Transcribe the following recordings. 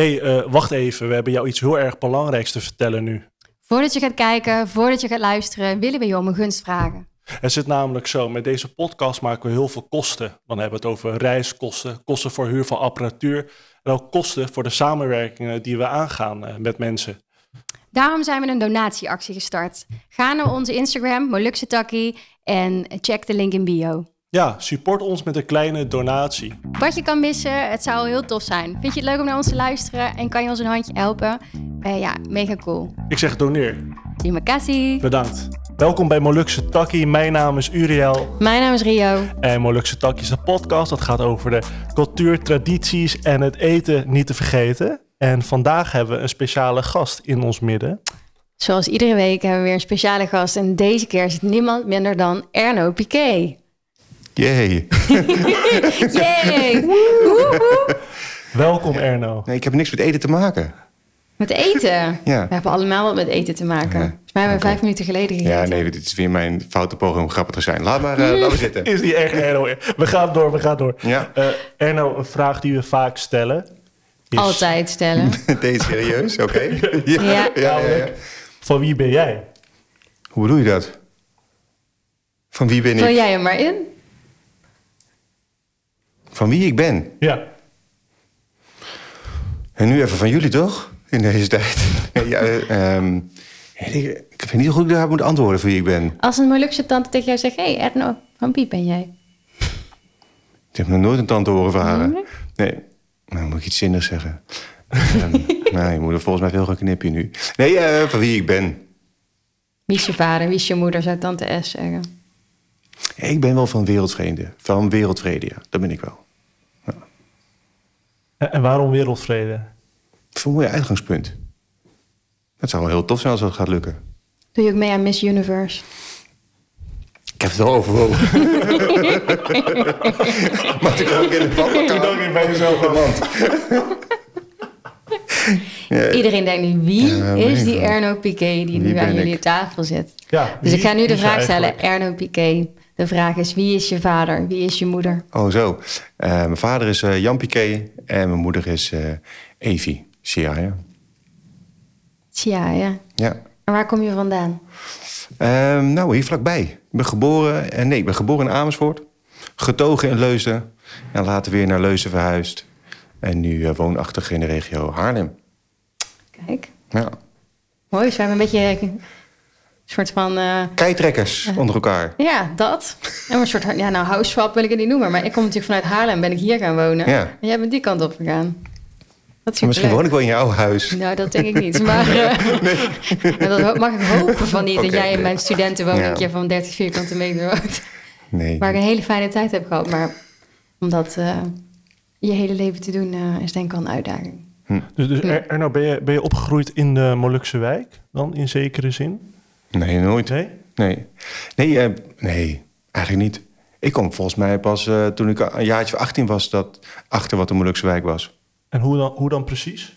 Wacht even. We hebben jou iets heel erg belangrijks te vertellen nu. Voordat je gaat kijken, voordat je gaat luisteren, willen we je om een gunst vragen. Het zit namelijk zo, met deze podcast maken we heel veel kosten. Dan hebben we het over reiskosten, kosten voor huur van apparatuur en ook kosten voor de samenwerkingen die we aangaan met mensen. Daarom zijn we een donatieactie gestart. Ga naar onze Instagram, Molukse Takkie, en check de link in bio. Ja, support ons met een kleine donatie. Wat je kan missen, het zou heel tof zijn. Vind je het leuk om naar ons te luisteren en kan je ons een handje helpen? Mega cool. Ik zeg doneer. Terima kasih. Bedankt. Welkom bij Molukse Takkie. Mijn naam is Uriel. Mijn naam is Rio. En Molukse Takkie is een podcast dat gaat over de cultuur, tradities en het eten niet te vergeten. En vandaag hebben we een speciale gast in ons midden. Zoals iedere week hebben we weer een speciale gast. En deze keer is het niemand minder dan Erno Piqué. Yay. Yay! Welkom Erno. Nee, ik heb niks met eten te maken. Met eten? Ja. We hebben allemaal wat met eten te maken. Ja. Volgens mij hebben we 5 minuten geleden gegeten. Ja, nee, dit is weer mijn foute poging om grappig te zijn. Laat maar zitten. Is niet echt Erno. We gaan door. Ja. Erno, een vraag die we vaak stellen. Is... Altijd stellen. Deze serieus? Oké. Ja. Van wie ben jij? Hoe bedoel je dat? Van wie ben ik? Vul jij hem maar in? Van wie ik ben? Ja. En nu even van jullie, toch? In deze tijd. Ik weet niet hoe ik daar moet antwoorden voor wie ik ben. Als een Molukse tante tegen jou zegt... Hey Erno, van wie ben jij? Ik heb nog nooit een tante horen vragen. Nee. Nou, moet ik iets zinnigs zeggen. Je moet er volgens mij veel gaan knipje nu. Nee, van wie ik ben. Wie is je vader, wie is je moeder, zou tante S zeggen. Ik ben wel van wereldvrede. Van wereldvrede, ja. Dat ben ik wel. Ja. En waarom wereldvrede? Voor een mooi uitgangspunt. Het zou wel heel tof zijn als dat gaat lukken. Doe je ook mee aan Miss Universe? Ik heb het wel overwogen. Maar toen kwam ik in het badkamer. Ik bij jezelf gewand. Ja. Iedereen denkt nu, wie is die Erno Piqué die nu aan jullie tafel zit? Ja, Dus ik ga nu de vraag eigenlijk stellen, Erno Piqué. De vraag is, wie is je vader? Wie is je moeder? Oh, zo. Mijn vader is Jan Piqué en mijn moeder is Evie Siaja. Tja, ja. Ja. En waar kom je vandaan? Hier vlakbij. Ik ben geboren in Amersfoort. Getogen in Leusden. En later weer naar Leusden verhuisd. En nu woonachtig in de regio Haarlem. Kijk, Ja. mooi. Dus we hebben een beetje een soort van... Keitrekkers onder elkaar. Ja, dat. En een soort, housewap wil ik het niet noemen. Maar ik kom natuurlijk vanuit Haarlem, ben ik hier gaan wonen. Ja. En jij bent die kant op gegaan. Dat is Misschien superleuk. woon ik wel in jouw huis. Nou, dat denk ik niet. Maar dat mag ik hopen van niet. Oké, dat jij in nee. mijn studentenwoningje van 30 vierkante meter woont. Nee. Waar ik een hele fijne tijd heb gehad. Maar om dat je hele leven te doen is denk ik wel een uitdaging. Dus Erno, ben je opgegroeid in de Molukse wijk dan, in zekere zin? Nee, nooit. Nee? Nee, eigenlijk niet. Ik kwam volgens mij pas toen ik een jaartje 18 was... achter wat de Molukse wijk was. En hoe dan precies?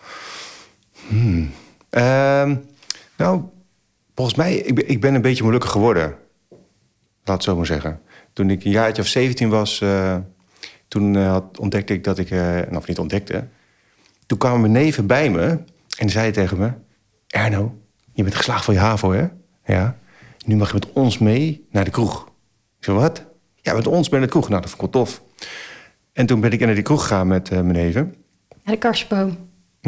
Volgens mij, ik ben een beetje Molukker geworden. Laat het zo maar zeggen. Toen ik een jaartje of 17 was... toen ontdekte ik dat ik... niet ontdekte. Toen kwamen mijn neven bij me... en die zeiden tegen me... Erno, je bent geslaagd voor je HAVO, hè? Ja. Nu mag je met ons mee naar de kroeg. Ik zei, wat? Ja, met ons mee naar de kroeg. Nou, dat vond ik wel tof. En toen ben ik naar die kroeg gegaan met mijn neven. Ja, de Karsboom.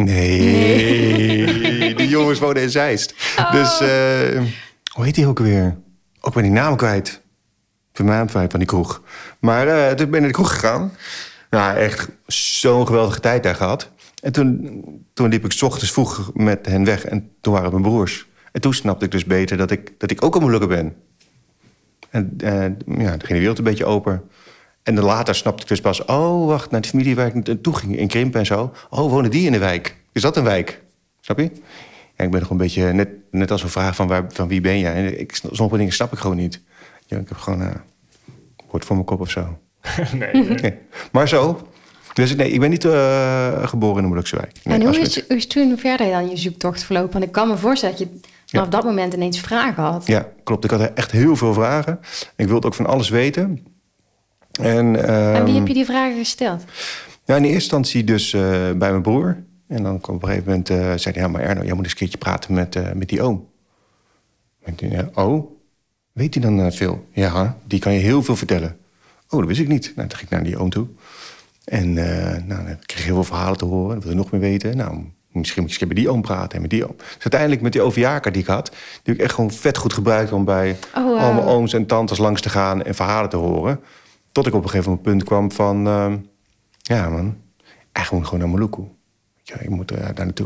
Nee, die jongens wonen in Zeist. Oh. Dus, hoe heet die ook weer? Ook ben die naam kwijt. Van mijn naam kwijt van die kroeg. Maar toen ben ik naar de kroeg gegaan. Nou, echt zo'n geweldige tijd daar gehad. En toen liep ik 's ochtends vroeg met hen weg. En toen waren het mijn broers. En toen snapte ik dus beter dat ik ook een Molukker ben. En toen ging de wereld een beetje open. En dan later snapte ik dus pas... oh, wacht, naar die familie waar ik naartoe ging in Krimpen en zo. Oh, wonen die in de wijk? Is dat een wijk? Snap je? Ja, ik ben nog een beetje... Net als een vraag van wie ben jij? En sommige dingen snap ik gewoon niet. Ja, ik heb gewoon een woord voor mijn kop of zo. Nee. Maar zo. Dus nee, ik ben niet geboren in de Molukse wijk. Nee, En hoe is toen verder dan je zoektocht verlopen? Want ik kan me voorstellen dat je vanaf dat moment ineens vragen had. Ja, klopt. Ik had echt heel veel vragen. Ik wilde ook van alles weten. En wie heb je die vragen gesteld? Ja, in eerste instantie dus bij mijn broer. En dan op een gegeven moment zei hij... ja, maar Erno, jij moet eens een keertje praten met die oom. En toen, oh, weet hij dan veel? Ja, die kan je heel veel vertellen. Oh, dat wist ik niet. Nou, toen ging ik naar die oom toe. En dan kreeg ik heel veel verhalen te horen. Dan wil je nog meer weten. Nou, misschien moet ik eens met die oom praten en met die oom. Dus uiteindelijk met die OVA-kaart die ik had... die heb ik echt gewoon vet goed gebruikt... om bij al mijn ooms en tantes langs te gaan en verhalen te horen. Tot ik op een gegeven moment punt kwam van... ja man, eigenlijk moet ik gewoon naar Maluku. Ja, ik moet daar naartoe.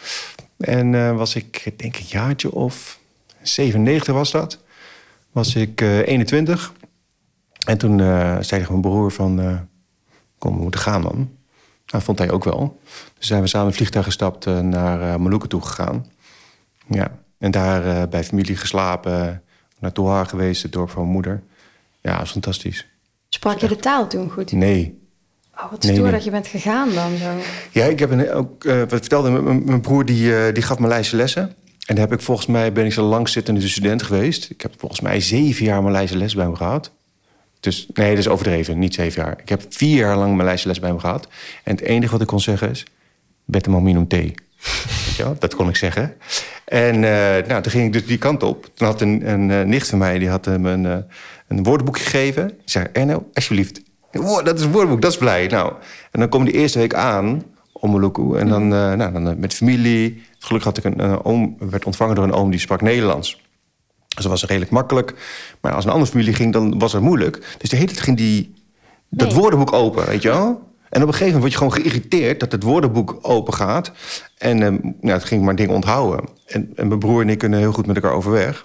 En was ik, denk ik, een jaartje of 97 was dat. Was ik 21. En toen zei tegen mijn broer van... kom, we moeten gaan, man. Nou, vond hij ook wel. Dus zijn we samen in het vliegtuig gestapt naar Maluku toe gegaan. Ja, en daar bij familie geslapen. Naar Toha geweest, het dorp van mijn moeder. Ja, dat was fantastisch. Sprak je de taal toen goed? Nee. Oh, wat stoer dat je bent gegaan dan zo. Ja, ik heb ook... wat vertelde mijn broer, die gaf me Maleise lessen. En daar heb ik volgens mij... ben ik zo langzittende student geweest. Ik heb volgens mij 7 jaar Maleise les bij hem gehad. Dus nee, dat is overdreven, niet 7 jaar. Ik heb 4 jaar lang Maleise les bij hem gehad. En het enige wat ik kon zeggen is... Bette minum thee. Weet je wel? Dat kon ik zeggen. En nou, toen ging ik dus die kant op. Toen had een nicht van mij, die had hem een woordenboek gegeven. Ik zei, Erno, alsjeblieft. Wow, dat is een woordenboek, dat is blij. Nou, en dan kom je de eerste week aan om Maluku. En dan met familie. Gelukkig had ik een oom, werd ontvangen door een oom die sprak Nederlands. Dus dat was redelijk makkelijk. Maar als een andere familie ging, dan was het moeilijk. Dus de hele tijd ging dat woordenboek open, weet je wel? En op een gegeven moment word je gewoon geïrriteerd dat het woordenboek open gaat. En het ging maar dingen onthouden. En mijn broer en ik kunnen heel goed met elkaar overweg.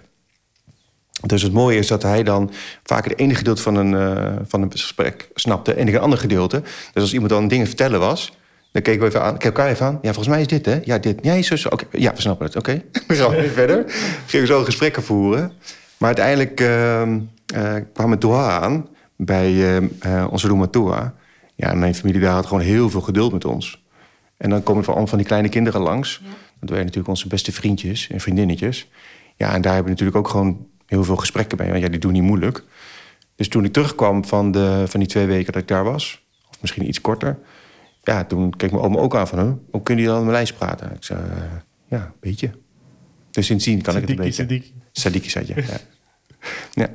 Dus het mooie is dat hij dan vaak het ene gedeelte van een gesprek snapte... en ik een ander gedeelte. Dus als iemand dan dingen vertellen was... dan keken we even aan, kijk elkaar even aan. Ja, volgens mij is dit, hè? Ja, dit. Nee, zo. Oké, ja, we snappen het. Oké. We gaan weer verder. Gingen zo gesprekken voeren. Maar uiteindelijk kwam het Toha aan... bij onze Rumatoa. Ja, en mijn familie daar had gewoon heel veel geduld met ons. En dan komen allemaal van die kleine kinderen langs. Ja. Dat waren natuurlijk onze beste vriendjes en vriendinnetjes. Ja, en daar hebben we natuurlijk ook gewoon... heel veel gesprekken mee, want ja, die doen niet moeilijk. Dus toen ik terugkwam van die 2 weken dat ik daar was... of misschien iets korter... ja, toen keek mijn oma ook aan van... hoe kun je dan Maleis praten? Ik zei, ja, een beetje. Dus sindsdien kan ik het een beetje. Sadiki zei je, ja. Ja.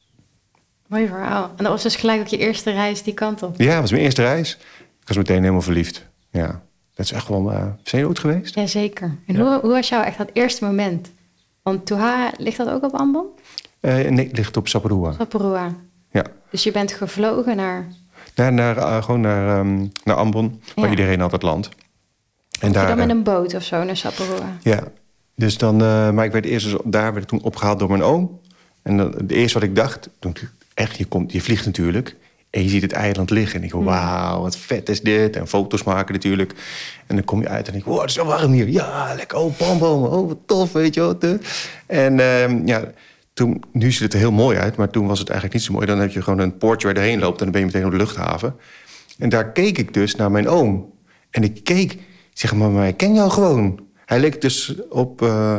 Mooi verhaal. En dat was dus gelijk ook je eerste reis die kant op? Ja, dat was mijn eerste reis. Ik was meteen helemaal verliefd. Ja, dat is echt wel... zijn je ooit geweest? Jazeker. En hoe was jou echt dat eerste moment? Want Toha, ligt dat ook op Ambon? Nee, het ligt op Saparua. Saparua. Ja. Dus je bent gevlogen naar... Gewoon naar Ambon, waar iedereen altijd landt. En daar, je dan met een boot of zo naar Saparua? Ja, dus dan... maar ik werd eerst daar werd ik toen opgehaald door mijn oom. En het eerste wat ik dacht... echt, je vliegt natuurlijk... en je ziet het eiland liggen. En ik denk, wauw, wat vet is dit. En foto's maken natuurlijk. En dan kom je uit en denk ik, wow, het is zo warm hier. Ja, lekker, oh, palmbomen, oh, wat tof, weet je wat. En nu ziet het er heel mooi uit, maar toen was het eigenlijk niet zo mooi. Dan heb je gewoon een poortje waar je heen loopt... en dan ben je meteen op de luchthaven. En daar keek ik dus naar mijn oom. En ik keek, zeg maar, ik ken jou gewoon. Hij leek dus op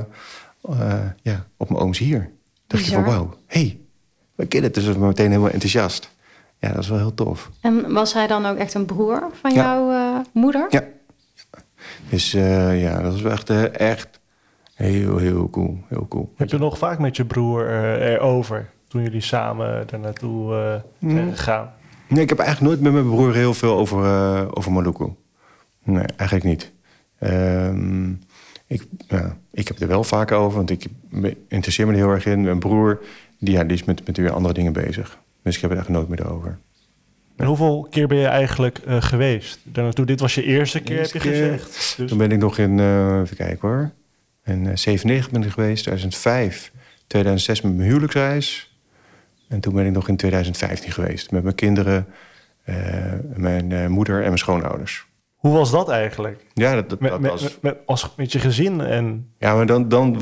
mijn ooms hier. Dacht je van, wauw, we kennen het. Dus ik was meteen helemaal enthousiast. Ja, dat is wel heel tof. En was hij dan ook echt een broer van jouw moeder? Ja. Dus dat was wel echt heel, heel cool. Heel cool. Heb je nog vaak met je broer erover toen jullie samen daar naartoe zijn gegaan? Nee, ik heb eigenlijk nooit met mijn broer heel veel over Maluku. Nee, eigenlijk niet. Ik heb het er wel vaak over, want ik interesseer me er heel erg in. Mijn broer, die is met weer andere dingen bezig. Dus ik heb het eigenlijk nooit meer over. En hoeveel keer ben je eigenlijk geweest? Dit was je eerste keer, heb je gezegd. Dus... Toen ben ik nog in, even kijken hoor. In 97 ben ik geweest, 2005, 2006 met mijn huwelijksreis. En toen ben ik nog in 2015 geweest. Met mijn kinderen, mijn moeder en mijn schoonouders. Hoe was dat eigenlijk? Ja, dat was... Met je gezin en... Ja, maar dan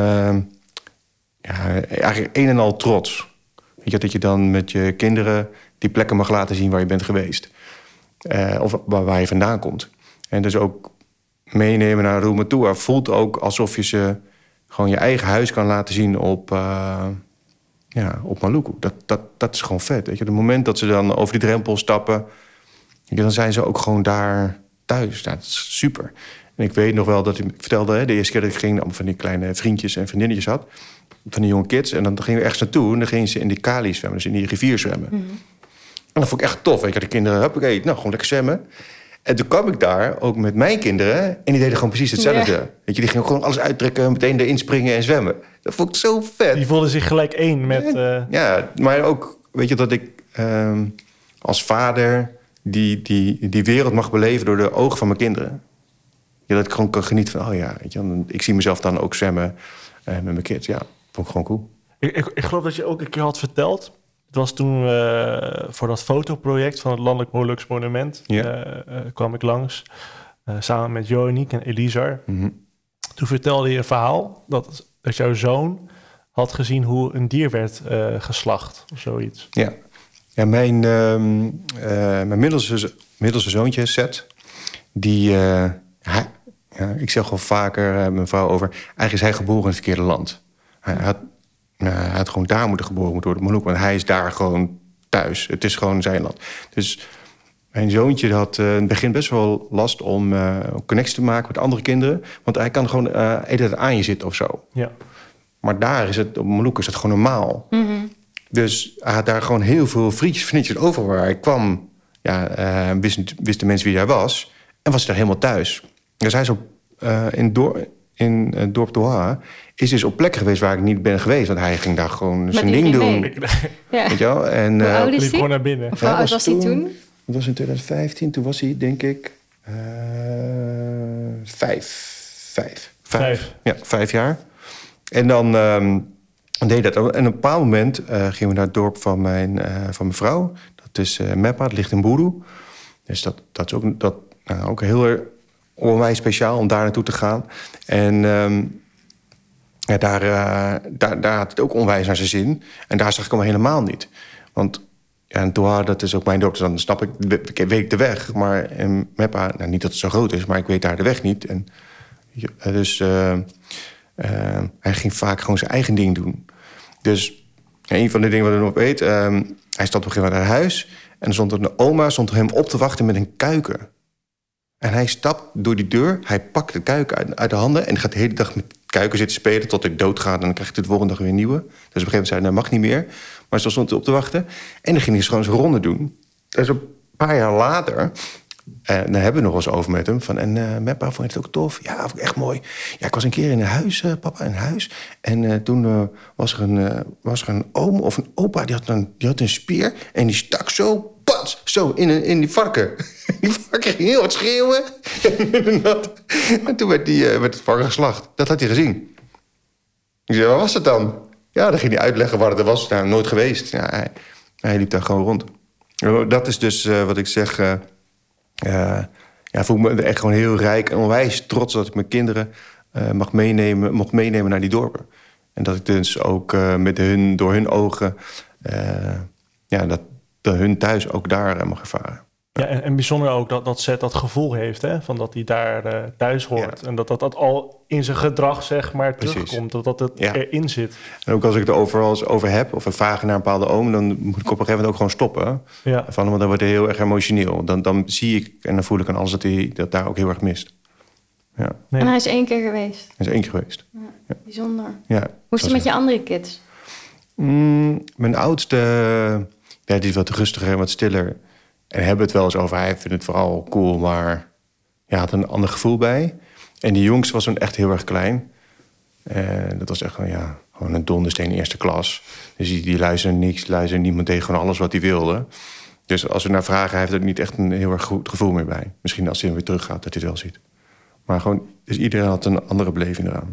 eigenlijk een en al trots. Weet je, dat je dan met je kinderen die plekken mag laten zien waar je bent geweest. Of waar je vandaan komt. En dus ook meenemen naar Rumatoa voelt ook alsof je ze gewoon je eigen huis kan laten zien op Maluku. Dat is gewoon vet. Weet je. Het moment dat ze dan over die drempel stappen, dan zijn ze ook gewoon daar thuis. Nou, dat is super. En ik weet nog wel dat hij vertelde, de eerste keer dat ik ging, allemaal van die kleine vriendjes en vriendinnetjes had, van die jonge kids. En dan gingen we ergens naartoe en dan gingen ze in die kali zwemmen, dus in die rivier zwemmen. En dat vond ik echt tof. Weet je, de kinderen, hoppakee, nou, gewoon lekker zwemmen. En toen kwam ik daar ook met mijn kinderen en die deden gewoon precies hetzelfde. Ja. Weet je, die gingen gewoon alles uittrekken, meteen erin springen en zwemmen. Dat vond ik zo vet. Die voelden zich gelijk één met... Ja, maar ook, weet je, dat ik als vader die wereld mag beleven door de ogen van mijn kinderen. Ja, dat ik gewoon kan genieten van, weet je, ik zie mezelf dan ook zwemmen met mijn kids. Ja, vond ik gewoon cool. Ik geloof dat je ook een keer had verteld. Het was toen voor dat fotoproject van het Landelijk Molukse Monument. Kwam ik langs. Samen met Joaniek en Elizar. Mm-hmm. Toen vertelde je een verhaal dat jouw zoon had gezien hoe een dier werd geslacht. Of zoiets. Ja, mijn middelste zoontje, Seth, die... ik zeg wel vaker mijn vrouw over... Eigenlijk is hij geboren in het verkeerde land. Hij had gewoon daar moeten geboren moeten worden. Molucca, want hij is daar gewoon thuis. Het is gewoon zijn land. Dus mijn zoontje had in het begin best wel last om connectie te maken met andere kinderen. Want hij kan gewoon eten aan je zitten of zo. Ja. Maar daar is het, op Molucca is het gewoon normaal. Mm-hmm. Dus hij had daar gewoon heel veel vriendjes over waar hij kwam. Wisten mensen wie hij was. En was hij daar helemaal thuis. Dus hij is in het dorp Doha is dus op plekken geweest waar ik niet ben geweest. Want hij ging daar gewoon zijn ding doen. Ja. Weet je wel? En, hoe oud is hij? Gewoon naar binnen. Hoe oud was hij toen? Dat was in 2015. Toen was hij, denk ik, 5. Ja, 5 jaar. En dan deed dat. En op een bepaald moment gingen we naar het dorp van mijn vrouw. Dat is Mepa, het ligt in Buru. Dus dat is ook heel onwijs speciaal om daar naartoe te gaan. En daar had het ook onwijs naar zijn zin. En daar zag ik hem helemaal niet. Want in Doha, dat is ook mijn dorp, dus dan snap weet ik de weg. Maar in Mepa, niet dat het zo groot is, maar ik weet daar de weg niet. En, dus hij ging vaak gewoon zijn eigen ding doen. Dus een van de dingen wat ik nog weet... hij stond op een gegeven moment naar huis... en er stond een oma hem op te wachten met een kuiken. En hij stapt door die deur, hij pakt de kuiken uit de handen... en gaat de hele dag met kuiken zitten spelen tot ik doodga... en dan krijg je de volgende dag weer een nieuwe. Dus op een gegeven moment zei hij, dat mag niet meer. Maar zo stond hij op te wachten. En dan ging hij gewoon zijn ronde doen. Dus een paar jaar later... dan hebben we nog eens over met hem. Meppa, vond je het ook tof? Ja, vond ik echt mooi. Ja, ik was een keer in een huis, papa, in een huis. En toen was er een oom of een opa, die had een speer... en die stak zo, pats, zo in die varken. Die varken ging heel hard schreeuwen. En toen werd het varken geslacht. Dat had hij gezien. Ik zei, waar was het dan? Ja, dan ging hij uitleggen waar het was. Nou, nooit geweest. Ja, hij liep daar gewoon rond. Dat is dus wat ik zeg... voel ik me echt gewoon heel rijk en onwijs trots dat ik mijn kinderen mocht meenemen naar die dorpen. En dat ik dus ook door hun ogen, dat hun thuis ook daar mag ervaren. Ja, en bijzonder ook dat Seth dat gevoel heeft, hè, van dat hij daar thuis hoort. Ja. En dat al in zijn gedrag, zeg maar, terugkomt. Dat het erin zit. En ook als ik het overal over heb, of we vragen naar een bepaalde oom... dan moet ik op een gegeven moment ook gewoon stoppen. Ja. Want dan wordt hij heel erg emotioneel. Dan zie ik en dan voel ik aan alles dat hij dat daar ook heel erg mist. Ja. Nee. En hij is 1 keer geweest? Hij is 1 keer geweest. Ja. Bijzonder. Ja, hoe is het met je andere kids? Mijn oudste, die is wat rustiger en wat stiller... En hebben het wel eens over. Hij vindt het vooral cool, maar had een ander gevoel bij. En die jongste was toen echt heel erg klein. Dat was echt gewoon een dondersteen eerste klas. Dus die luisterde niks, niemand deed gewoon alles wat hij wilde. Dus als we naar vragen, hij heeft er niet echt een heel erg goed gevoel meer bij. Misschien als hij weer terug gaat, dat hij het wel ziet. Maar gewoon, dus iedereen had een andere beleving eraan.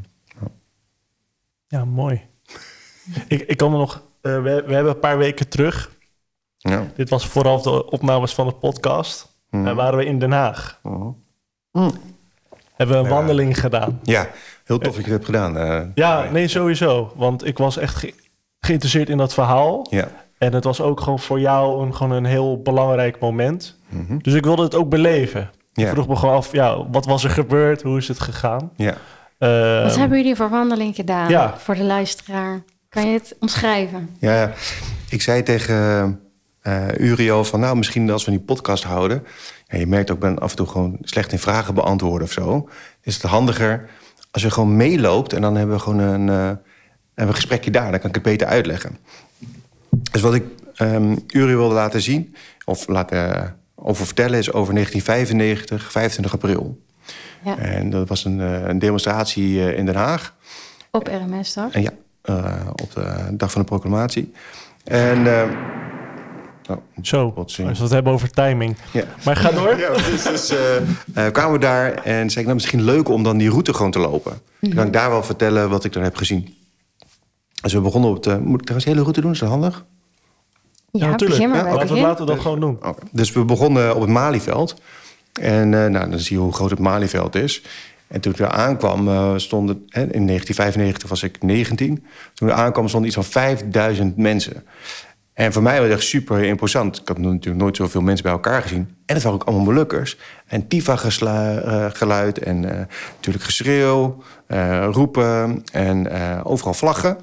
Ja, mooi. ik kan me nog... we hebben een paar weken terug... Ja. Dit was vooraf de opnames van de podcast. Waren we in Den Haag. Hebben we een wandeling gedaan. Ja, heel tof dat je het hebt gedaan. Nee, sowieso. Want ik was echt geïnteresseerd in dat verhaal. Ja. En het was ook gewoon voor jou gewoon een heel belangrijk moment. Mm-hmm. Dus ik wilde het ook beleven. Ja. Ik vroeg me gewoon af, wat was er gebeurd? Hoe is het gegaan? Ja. Wat hebben jullie voor wandeling gedaan voor de luisteraar? Kan je het omschrijven? Ja, ik zei tegen... Uriel van, misschien als we die podcast houden... En je merkt ook, ik ben af en toe gewoon slecht in vragen beantwoorden of zo. Is het handiger als je gewoon meeloopt en dan hebben we gewoon een gesprekje daar. Dan kan ik het beter uitleggen. Dus wat ik Uri wilde laten zien, of over vertellen, is over 1995, 25 april. Ja. En dat was een demonstratie in Den Haag. Op RMS, toch? En ja, op de dag van de proclamatie. En... Zo, als we het hebben over timing. Ja. Maar ga door. Ja, dus kwamen we daar en zei ik, misschien leuk om dan die route gewoon te lopen. Dan kan ik daar wel vertellen wat ik dan heb gezien. Dus we begonnen op de... Moet ik trouwens de hele route doen? Is dat handig? Ja, natuurlijk. Laten we dat gewoon doen. Okay. Dus we begonnen op het Malieveld. En dan zie je hoe groot het Malieveld is. En toen ik daar aankwam, stonden... in 1995 was ik 19. Toen ik aankwam, stonden iets van 5000 mensen. En voor mij was het echt super imposant. Ik had natuurlijk nooit zoveel mensen bij elkaar gezien. En het waren ook allemaal Molukkers. En Tifa-geluid en natuurlijk geschreeuw, roepen en overal vlaggen.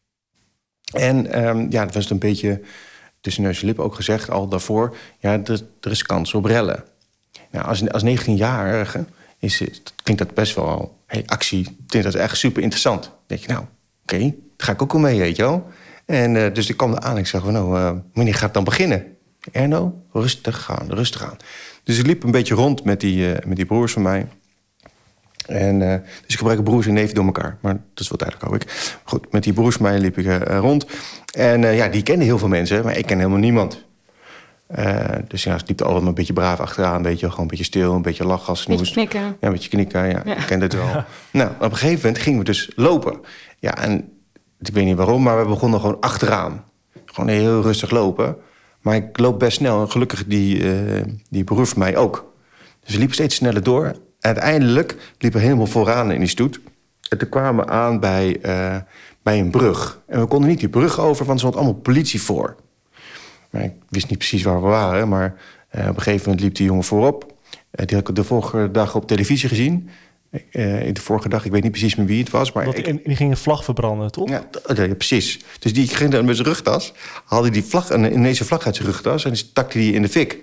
En dat was een beetje tussen neus en lippen ook gezegd al daarvoor. Ja, er is kans op rellen. Nou, als 19-jarige klinkt dat best wel... actie, klinkt dat echt super interessant. Dan denk je, nou, oké, daar ga ik ook wel mee, weet je wel. En dus ik kwam er aan en ik zeg, wanneer gaat het dan beginnen? Erno, rustig aan. Dus ik liep een beetje rond met die broers van mij. En, dus ik gebruik broers en neven door elkaar. Maar dat is wel duidelijk, hoop ik. Goed, met die broers van mij liep ik rond. En die kenden heel veel mensen, maar ik ken helemaal niemand. Dus ja, ik liep er altijd een beetje braaf achteraan. Weet je, gewoon een beetje stil, een beetje lachgas. Een beetje knikken. Ja, een beetje knikken, ja. Ik ken het wel. Ja. Nou, op een gegeven moment gingen we dus lopen. Ja, en ik weet niet waarom, maar we begonnen gewoon achteraan. Gewoon heel rustig lopen. Maar ik loop best snel. En gelukkig die broer van mij ook. Dus we liepen steeds sneller door. En uiteindelijk liepen we helemaal vooraan in die stoet. En toen kwamen we aan bij een brug. En we konden niet die brug over, want er stond allemaal politie voor. Maar ik wist niet precies waar we waren. Maar op een gegeven moment liep die jongen voorop. Die had ik de vorige dag op televisie gezien. De vorige dag, ik weet niet precies met wie het was. Maar die ging een vlag verbranden, toch? Ja, precies. Dus die ging dan met zijn rugtas, haalde die vlag, een Indonesische vlag uit zijn rugtas en die stakte die in de fik.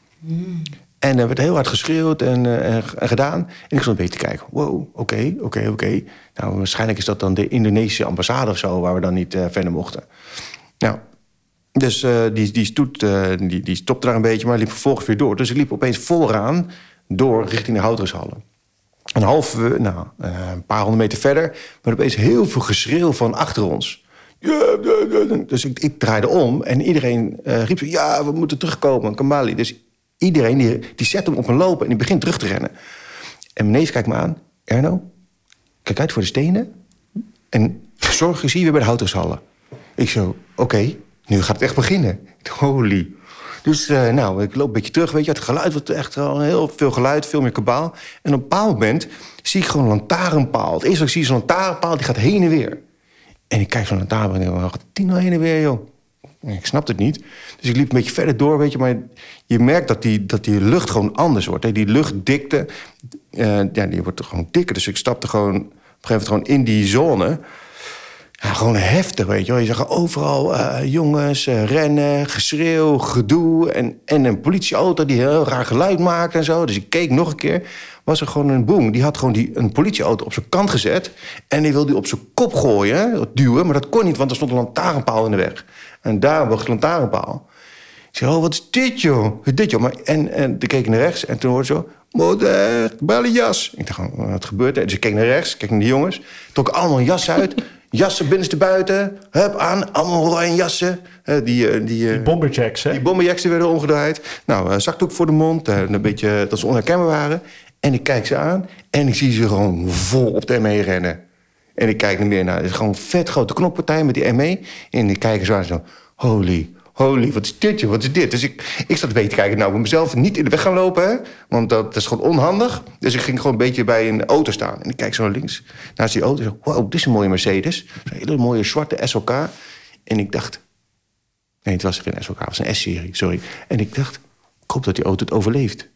En er werd heel hard geschreeuwd en gedaan. En ik stond een beetje te kijken. Wow, oké. Nou, waarschijnlijk is dat dan de Indonesische ambassade of zo, waar we dan niet verder mochten. Nou, dus die stoet, die stopte daar een beetje, maar liep vervolgens weer door. Dus ik liep opeens vooraan door richting de Houtershallen. Een paar honderd meter verder, maar opeens heel veel geschreeuw van achter ons. Dus ik draaide om en iedereen riep zo, ja, we moeten terugkomen, Kamali. Dus iedereen die zet hem op een lopen en die begint terug te rennen. En mijn neef kijkt me aan. Erno, kijk uit voor de stenen. En zorg je, zie je weer bij de Houtershallen. Ik zo, oké, nu gaat het echt beginnen. Holy. Dus ik loop een beetje terug, weet je. Het geluid wordt echt wel heel veel geluid, veel meer kabaal. En op een bepaald moment zie ik gewoon een lantaarnpaal. Het eerste wat ik zie is een lantaarnpaal, die gaat heen en weer. En ik kijk zo'n lantaarnpaal en dan gaat die nou heen en weer, joh. Ik snap het niet. Dus ik liep een beetje verder door, weet je. Maar je merkt dat die lucht gewoon anders wordt. Hè. Die luchtdikte, die wordt gewoon dikker. Dus ik stapte gewoon op een gegeven moment gewoon in die zone. Ja, gewoon heftig, weet je wel. Je zag overal jongens rennen, geschreeuw, gedoe. En een politieauto die heel raar geluid maakte en zo. Dus ik keek nog een keer. Was er gewoon een boem. Die had gewoon een politieauto op zijn kant gezet. En die wilde die op zijn kop gooien, duwen. Maar dat kon niet, want er stond een lantaarnpaal in de weg. En daar was de lantaarnpaal. Ik zei, wat is dit, joh? Wat is dit, joh? Maar, en toen keek ik naar rechts en toen hoorde zo... Moeder, ballenjas. Ik dacht, wat gebeurt er? Dus ik keek naar rechts, keek naar die jongens. Trok allemaal een jas uit. Jassen binnenste buiten. Hup, aan. Allemaal oranje jassen. Die bomberjacks, hè? Die bomberjacks die werden omgedraaid. Nou, zakdoek voor de mond. Een beetje dat ze onherkenbaar waren. En ik kijk ze aan. En ik zie ze gewoon vol op de ME rennen. En ik kijk niet meer naar. Het is gewoon een vet grote knokpartij met die ME. En ik kijk zo aan zo. Holy, wat is dit, joh? Wat is dit? Dus ik zat een beetje te kijken. Nou, ik moet mezelf niet in de weg gaan lopen, hè? Want dat is gewoon onhandig. Dus ik ging gewoon een beetje bij een auto staan. En ik kijk zo naar links. Naast die auto. Zo, wow, dit is een mooie Mercedes. Zo'n hele mooie zwarte SLK. En ik dacht... Nee, het was geen SLK. Het was een S-serie, sorry. En ik dacht, ik hoop dat die auto het overleeft.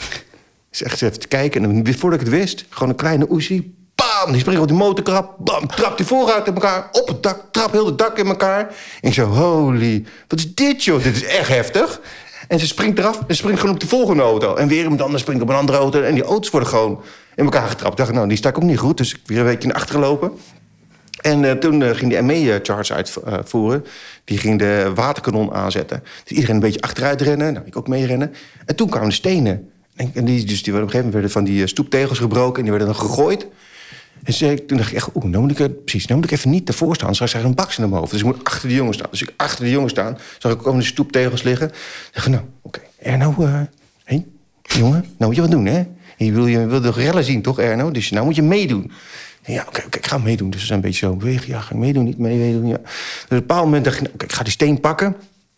Dus echt even te kijken. En voordat ik het wist, gewoon een kleine Uzi... Bam! Die springt op die motorkrap. Bam! Trapt die voorruit in elkaar. Op het dak. Trap heel het dak in elkaar. En ik zo, holy... Wat is dit, joh? Dit is echt heftig. En ze springt eraf en springt gewoon op de volgende auto. En weer iemand anders springt op een andere auto. En die auto's worden gewoon in elkaar getrapt. Ik dacht, die sta ik ook niet goed. Dus ik weer een beetje naar achteren lopen. En toen ging de ME-charge uitvoeren. Die ging de waterkanon aanzetten. Dus iedereen een beetje achteruit rennen. Nou, ik ook meerennen. En toen kwamen de stenen. En die werden op een gegeven moment van die stoeptegels gebroken. En die werden dan gegooid. En toen dacht ik echt, nou moet ik even niet ervoor staan. Straks krijg ik een baks in mijn hoofd. Dus ik moet achter de jongen staan. Dus ik achter de jongen staan. Zag ik ook over de stoeptegels liggen. Ik dacht, nou, oké. Erno, jongen, nou moet je wat doen, hè? Je wil de rellen zien, toch, Erno? Dus nou moet je meedoen. Ja, oké, ik ga meedoen. Dus we zijn een beetje zo bewegen. Ja, ga ik meedoen, niet meedoen, ja. Dus op een bepaald moment dacht ik, ik ga die steen pakken.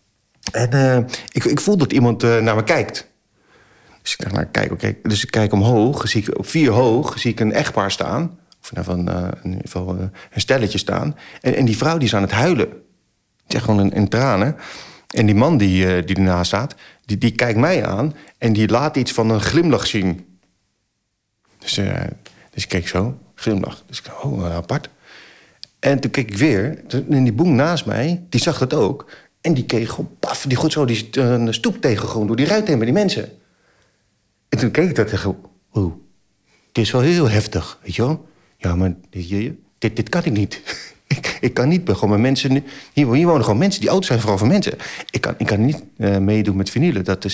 En ik voel dat iemand naar me kijkt. Dus ik dacht, nou, kijk, oké. Dus ik kijk omhoog. Zie ik, op 4 hoog zie ik een echtpaar staan. Of in ieder geval een stelletje staan. En die vrouw die is aan het huilen. Die is echt gewoon in tranen. En die man die ernaast staat, die kijkt mij aan. En die laat iets van een glimlach zien. Dus ik keek zo, glimlach. Dus ik dacht, apart. En toen keek ik weer. En die boem naast mij, die zag dat ook. En die keek gewoon, paf, die gooit zo die stoep tegen gewoon door die ruit heen bij die mensen. En toen keek ik dat tegen, dit is wel heel heftig, weet je wel? Ja, maar dit kan ik niet. ik kan niet gewoon met mensen... Hier wonen gewoon mensen, die auto's zijn vooral van mensen. Ik kan niet meedoen met vinylen, dat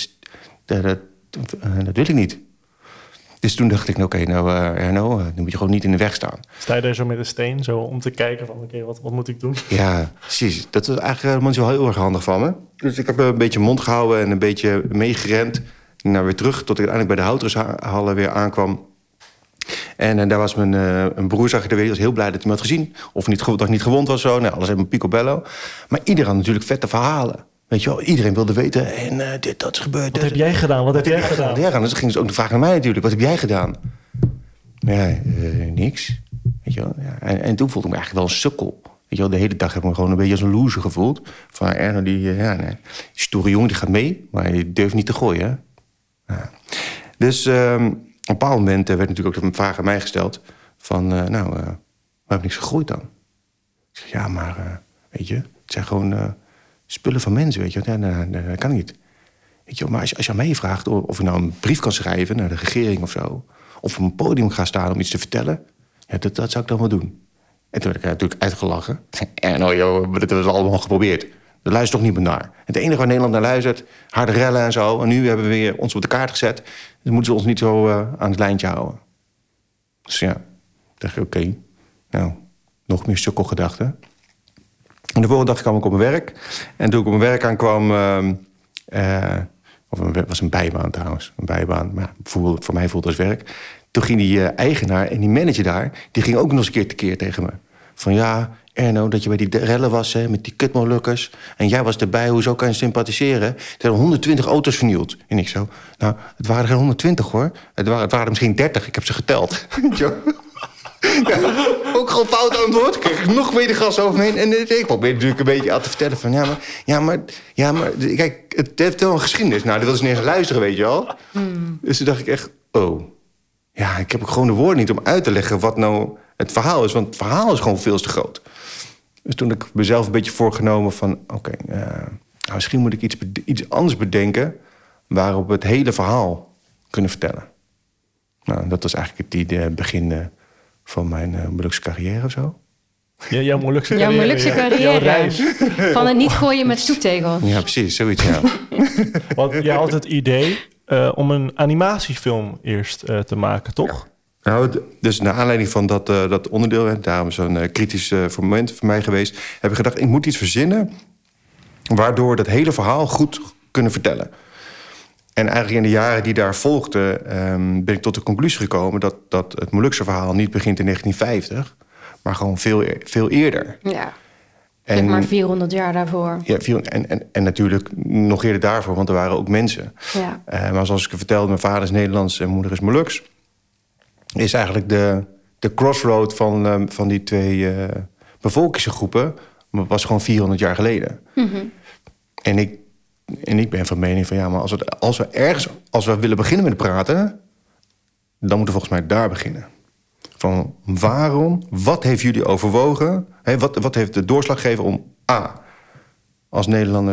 wil ik niet. Dus toen dacht ik, Erno, dan moet je gewoon niet in de weg staan. Sta je daar zo met een steen, zo om te kijken van, oké, wat moet ik doen? Ja, precies. Dat was eigenlijk wel heel erg handig van me. Dus ik heb een beetje mond gehouden en een beetje meegerend. Nou, weer terug, tot ik uiteindelijk bij de houtershallen weer aankwam. En daar was mijn broer, zag ik er weer, was heel blij dat hij me had gezien. Of dat ik niet gewond was zo. Nou, alles even een picobello. Maar iedereen had natuurlijk vette verhalen. Weet je wel, iedereen wilde weten, en dat is gebeurd. Wat heb jij gedaan? Wat heb jij gedaan? Dus dan gingen ze ook de vraag naar mij natuurlijk. Wat heb jij gedaan? Ja, niks. Weet je wel? Ja. En toen voelde ik me eigenlijk wel een sukkel. Weet je wel, de hele dag heb ik me gewoon een beetje als een loser gevoeld. Van Erno, die stoere jongen, die gaat mee. Maar die durft niet te gooien, hè? Ja. Dus op een bepaald moment werd natuurlijk ook de vraag aan mij gesteld. Van, waar heb ik niks gegooid dan? Ik zeg, ja, maar weet je, het zijn gewoon... spullen van mensen, weet je. Dat kan niet. Weet je, maar als je aan mij vraagt of ik nou een brief kan schrijven naar de regering of zo, of op een podium ga staan om iets te vertellen, ja, dat zou ik dan wel doen. En toen werd ik natuurlijk uitgelachen. Maar dat hebben we allemaal geprobeerd. Er luistert toch niemand naar. Het enige waar Nederland naar luistert, harde rellen en zo. En nu hebben we weer ons op de kaart gezet. Dus moeten ze ons niet zo aan het lijntje houden. Dus ja, dacht ik, oké. Nou, nog meer sukkelgedachten. En de volgende dag kwam ik op mijn werk. En toen ik op mijn werk aankwam... het was een bijbaan trouwens. Een bijbaan, maar voor mij voelde het als werk. Toen ging die eigenaar en die manager daar... die ging ook nog eens een keer tekeer tegen me. Van ja, Erno, dat je bij die rellen was hè, met die kutmolukkers... en jij was erbij, hoezo kan je sympathiseren? Er zijn 120 auto's vernield. En ik zo, nou, het waren geen 120 hoor. Het waren er misschien 30, ik heb ze geteld. Ja, ook gewoon fout antwoord. Ik kreeg nog meer de gas over me heen. En ik probeerde natuurlijk een beetje aan te vertellen van... Ja, maar kijk, het heeft wel een geschiedenis. Nou, dat wil ze niet eens luisteren, weet je wel. Dus toen dacht ik echt, ja, ik heb ook gewoon de woorden niet om uit te leggen wat nou het verhaal is. Want het verhaal is gewoon veel te groot. Dus toen heb ik mezelf een beetje voorgenomen van... Oké, misschien moet ik iets anders bedenken... waarop we het hele verhaal kunnen vertellen. Nou, dat was eigenlijk het begin... van mijn Molukse carrière of zo. Ja, jouw Molukse carrière. Jouw Molukse carrière. Jouw reis. Van het niet gooien met stoeptegels. Ja, precies. Zoiets, ja. Want jij had het idee om een animatiefilm eerst te maken, toch? Ja. Nou, dus naar aanleiding van dat onderdeel... daarom is zo'n kritisch moment voor mij geweest... heb ik gedacht, ik moet iets verzinnen... waardoor dat hele verhaal goed kunnen vertellen. En eigenlijk in de jaren die daar volgden... ben ik tot de conclusie gekomen... dat het Molukse verhaal niet begint in 1950... maar gewoon veel eerder. Ja, zeg maar 400 jaar daarvoor. Ja, en natuurlijk nog eerder daarvoor... want er waren ook mensen. Ja. Maar zoals ik vertelde... mijn vader is Nederlands en moeder is Moluks... is eigenlijk de crossroad van die twee bevolkingsgroepen... was gewoon 400 jaar geleden. Mm-hmm. En ik ben van mening van... ja, maar als we willen beginnen met praten... dan moeten we volgens mij daar beginnen. Van waarom, wat heeft jullie overwogen? Wat heeft de doorslag gegeven om A... als Nederlanders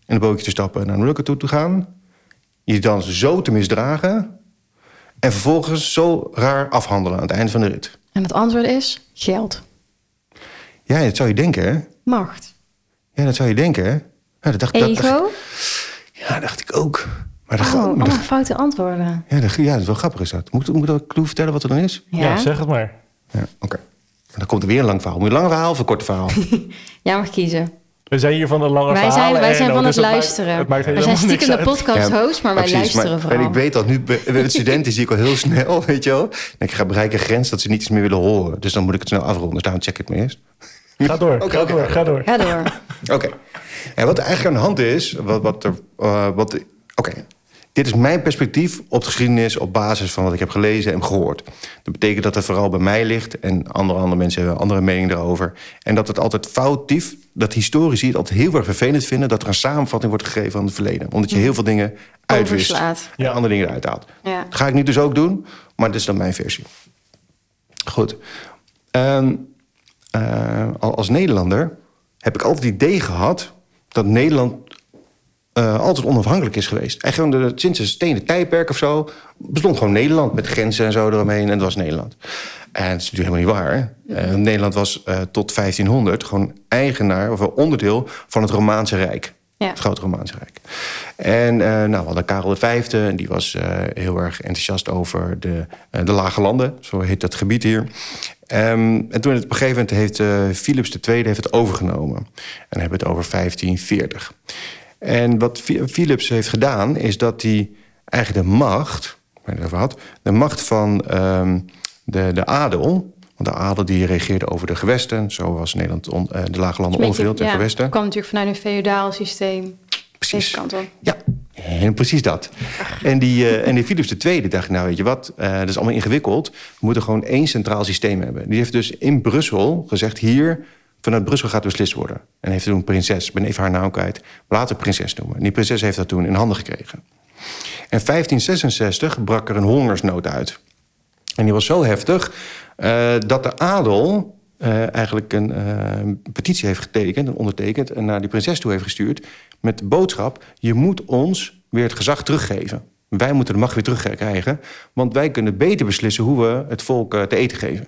in een bootje te stappen en naar Molukken toe te gaan. Je dan zo te misdragen. En vervolgens zo raar afhandelen aan het eind van de rit. En het antwoord is geld. Ja, dat zou je denken, hè? Macht. Ja, dat zou je denken, hè? Ja, Ego. Dat dacht ik ook. Maar Allemaal foute antwoorden. Ja, dat is wel grappig is dat. Moet ik een clue vertellen wat er dan is? Ja, zeg het maar. Ja, oké. Dan komt er weer een lang verhaal. Moet je een lang verhaal of een kort verhaal? Jij mag kiezen. We zijn hier van de lange verhalen. Wij zijn van het dus luisteren. Het maakt we helemaal zijn stiekem niks de uit. podcast-host, maar wij precies, luisteren vooral. En ik weet dat nu met studenten zie ik al heel snel, weet je wel. Ik ga bereiken een grens dat ze niet eens meer willen horen. Dus dan moet ik het snel afronden. Dus daarom check ik het me eerst. Ga door, ga door. Oké. En wat er eigenlijk aan de hand is... Dit is mijn perspectief op de geschiedenis... op basis van wat ik heb gelezen en gehoord. Dat betekent dat het vooral bij mij ligt... en andere mensen hebben andere mening daarover. En dat het altijd foutief... dat historici het altijd heel erg vervelend vinden... dat er een samenvatting wordt gegeven van het verleden. Omdat je heel veel dingen uitwist. Overslaat. En andere dingen eruit haalt. Ja. Dat ga ik nu dus ook doen, maar dit is dan mijn versie. Goed. Als Nederlander heb ik altijd het idee gehad... dat Nederland... altijd onafhankelijk is geweest. Eigenlijk sinds een stenen tijdperk of zo... bestond gewoon Nederland met grenzen en zo eromheen... en dat was Nederland. En dat is natuurlijk helemaal niet waar. Nederland was tot 1500 gewoon eigenaar... of onderdeel van het Romaanse Rijk. Ja. Het grote Romaanse Rijk. En we hadden Karel V... en die was heel erg enthousiast over de Lage Landen. Zo heet dat gebied hier. En toen op een gegeven moment heeft Philips II heeft het overgenomen. En dan hebben we het over 1540... En wat Philips heeft gedaan, is dat hij eigenlijk de macht... waar je het over had, de macht van de adel... want de adel die regeerde over de gewesten... zo was Nederland de Lage Landen onverdeeld in gewesten. Het kwam natuurlijk vanuit een feodaal systeem. Precies. Deze kant op. Ja, en precies dat. En die Philips II dacht, nou weet je wat... dat is allemaal ingewikkeld. We moeten gewoon één centraal systeem hebben. Die heeft dus in Brussel gezegd... hier vanuit Brussel gaat beslist worden. En heeft toen een prinses, ik ben even haar naam kwijt... laten prinses noemen. En die prinses heeft dat toen in handen gekregen. In 1566 brak er een hongersnood uit. En die was zo heftig dat de adel eigenlijk een petitie heeft getekend... en ondertekend en naar die prinses toe heeft gestuurd... met de boodschap, je moet ons weer het gezag teruggeven. Wij moeten de macht weer terugkrijgen... want wij kunnen beter beslissen hoe we het volk te eten geven.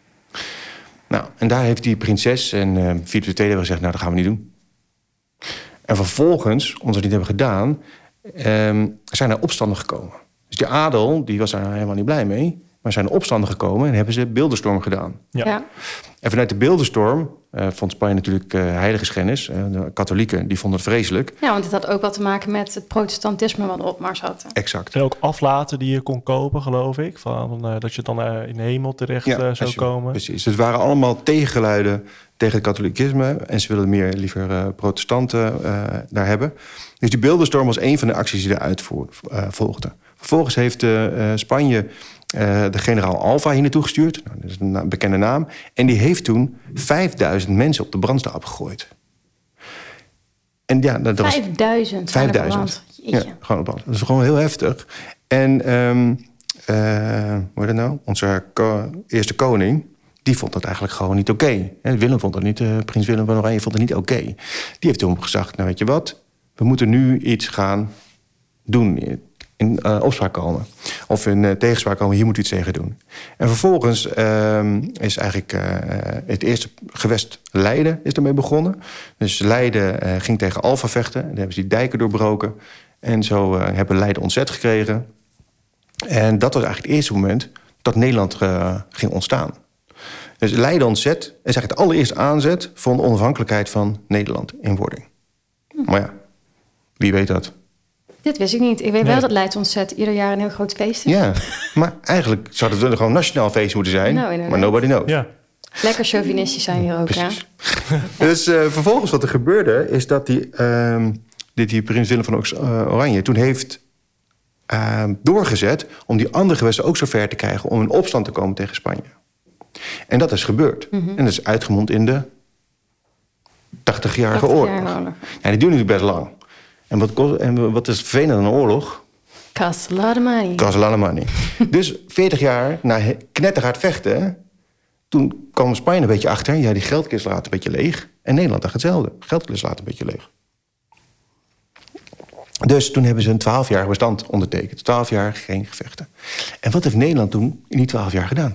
Nou, en daar heeft die prinses en Philips II hebben gezegd... nou, dat gaan we niet doen. En vervolgens, omdat ze het niet hebben gedaan... zijn er opstanden gekomen. Dus die adel, die was daar helemaal niet blij mee... maar zijn er opstanden gekomen en hebben ze beeldenstorm gedaan. Ja. En vanuit de beeldenstorm vond Spanje natuurlijk heiligschennis. De katholieken, die vonden het vreselijk. Ja, want het had ook wat te maken met het protestantisme... wat op Mars had. Exact. En ook aflaten die je kon kopen, geloof ik. Dat je dan in de hemel terecht zou komen. Precies. Het waren allemaal tegengeluiden tegen het katholicisme. En ze wilden liever protestanten daar hebben. Dus die beeldenstorm was een van de acties die eruit volgden. Vervolgens heeft Spanje de generaal Alva hier naartoe gestuurd. Nou, dat is een bekende naam. En die heeft toen 5000 mensen op de brandstapel gegooid. En ja, dat 5000? 5000. Ja, gewoon op brand. Dat is gewoon heel heftig. En hoe heet het nou? Onze eerste koning... die vond dat eigenlijk gewoon niet oké. Willem vond dat niet. Prins Willem van Oranje vond het niet oké. Die heeft toen gezegd, nou weet je wat... we moeten nu iets gaan doen... in opspraak komen. Of in tegenspraak komen, hier moet u iets tegen doen. En vervolgens is eigenlijk het eerste gewest Leiden is ermee begonnen. Dus Leiden ging tegen Alfa vechten. En dan hebben ze die dijken doorbroken. En zo hebben Leiden ontzet gekregen. En dat was eigenlijk het eerste moment dat Nederland ging ontstaan. Dus Leiden ontzet is eigenlijk de allereerste aanzet... van de onafhankelijkheid van Nederland in wording. Maar ja, wie weet dat? Dit wist ik niet. Ik weet wel dat Leiden ontzet ieder jaar een heel groot feest is. Ja, maar eigenlijk zou het gewoon een nationaal feest moeten zijn. Maar nobody knows. Ja. Lekker chauvinistisch zijn hier ook, precies. Ja. Dus vervolgens wat er gebeurde... is dat die prins Willem van Oranje toen heeft doorgezet... om die andere gewesten ook zo ver te krijgen... om in opstand te komen tegen Spanje. En dat is gebeurd. En dat is uitgemond in de 80-jarige oorlog. En die duurde natuurlijk best lang. En wat is vervelend aan een oorlog? Cost a lot of money. Cost a lot of money. Dus 40 jaar na knetterhard vechten... toen kwam Spanje een beetje achter... ja, die geldkist laat een beetje leeg. En Nederland dacht hetzelfde. Geldkist laat een beetje leeg. Dus toen hebben ze een 12-jarig bestand ondertekend. 12 jaar geen gevechten. En wat heeft Nederland toen in die 12 jaar gedaan?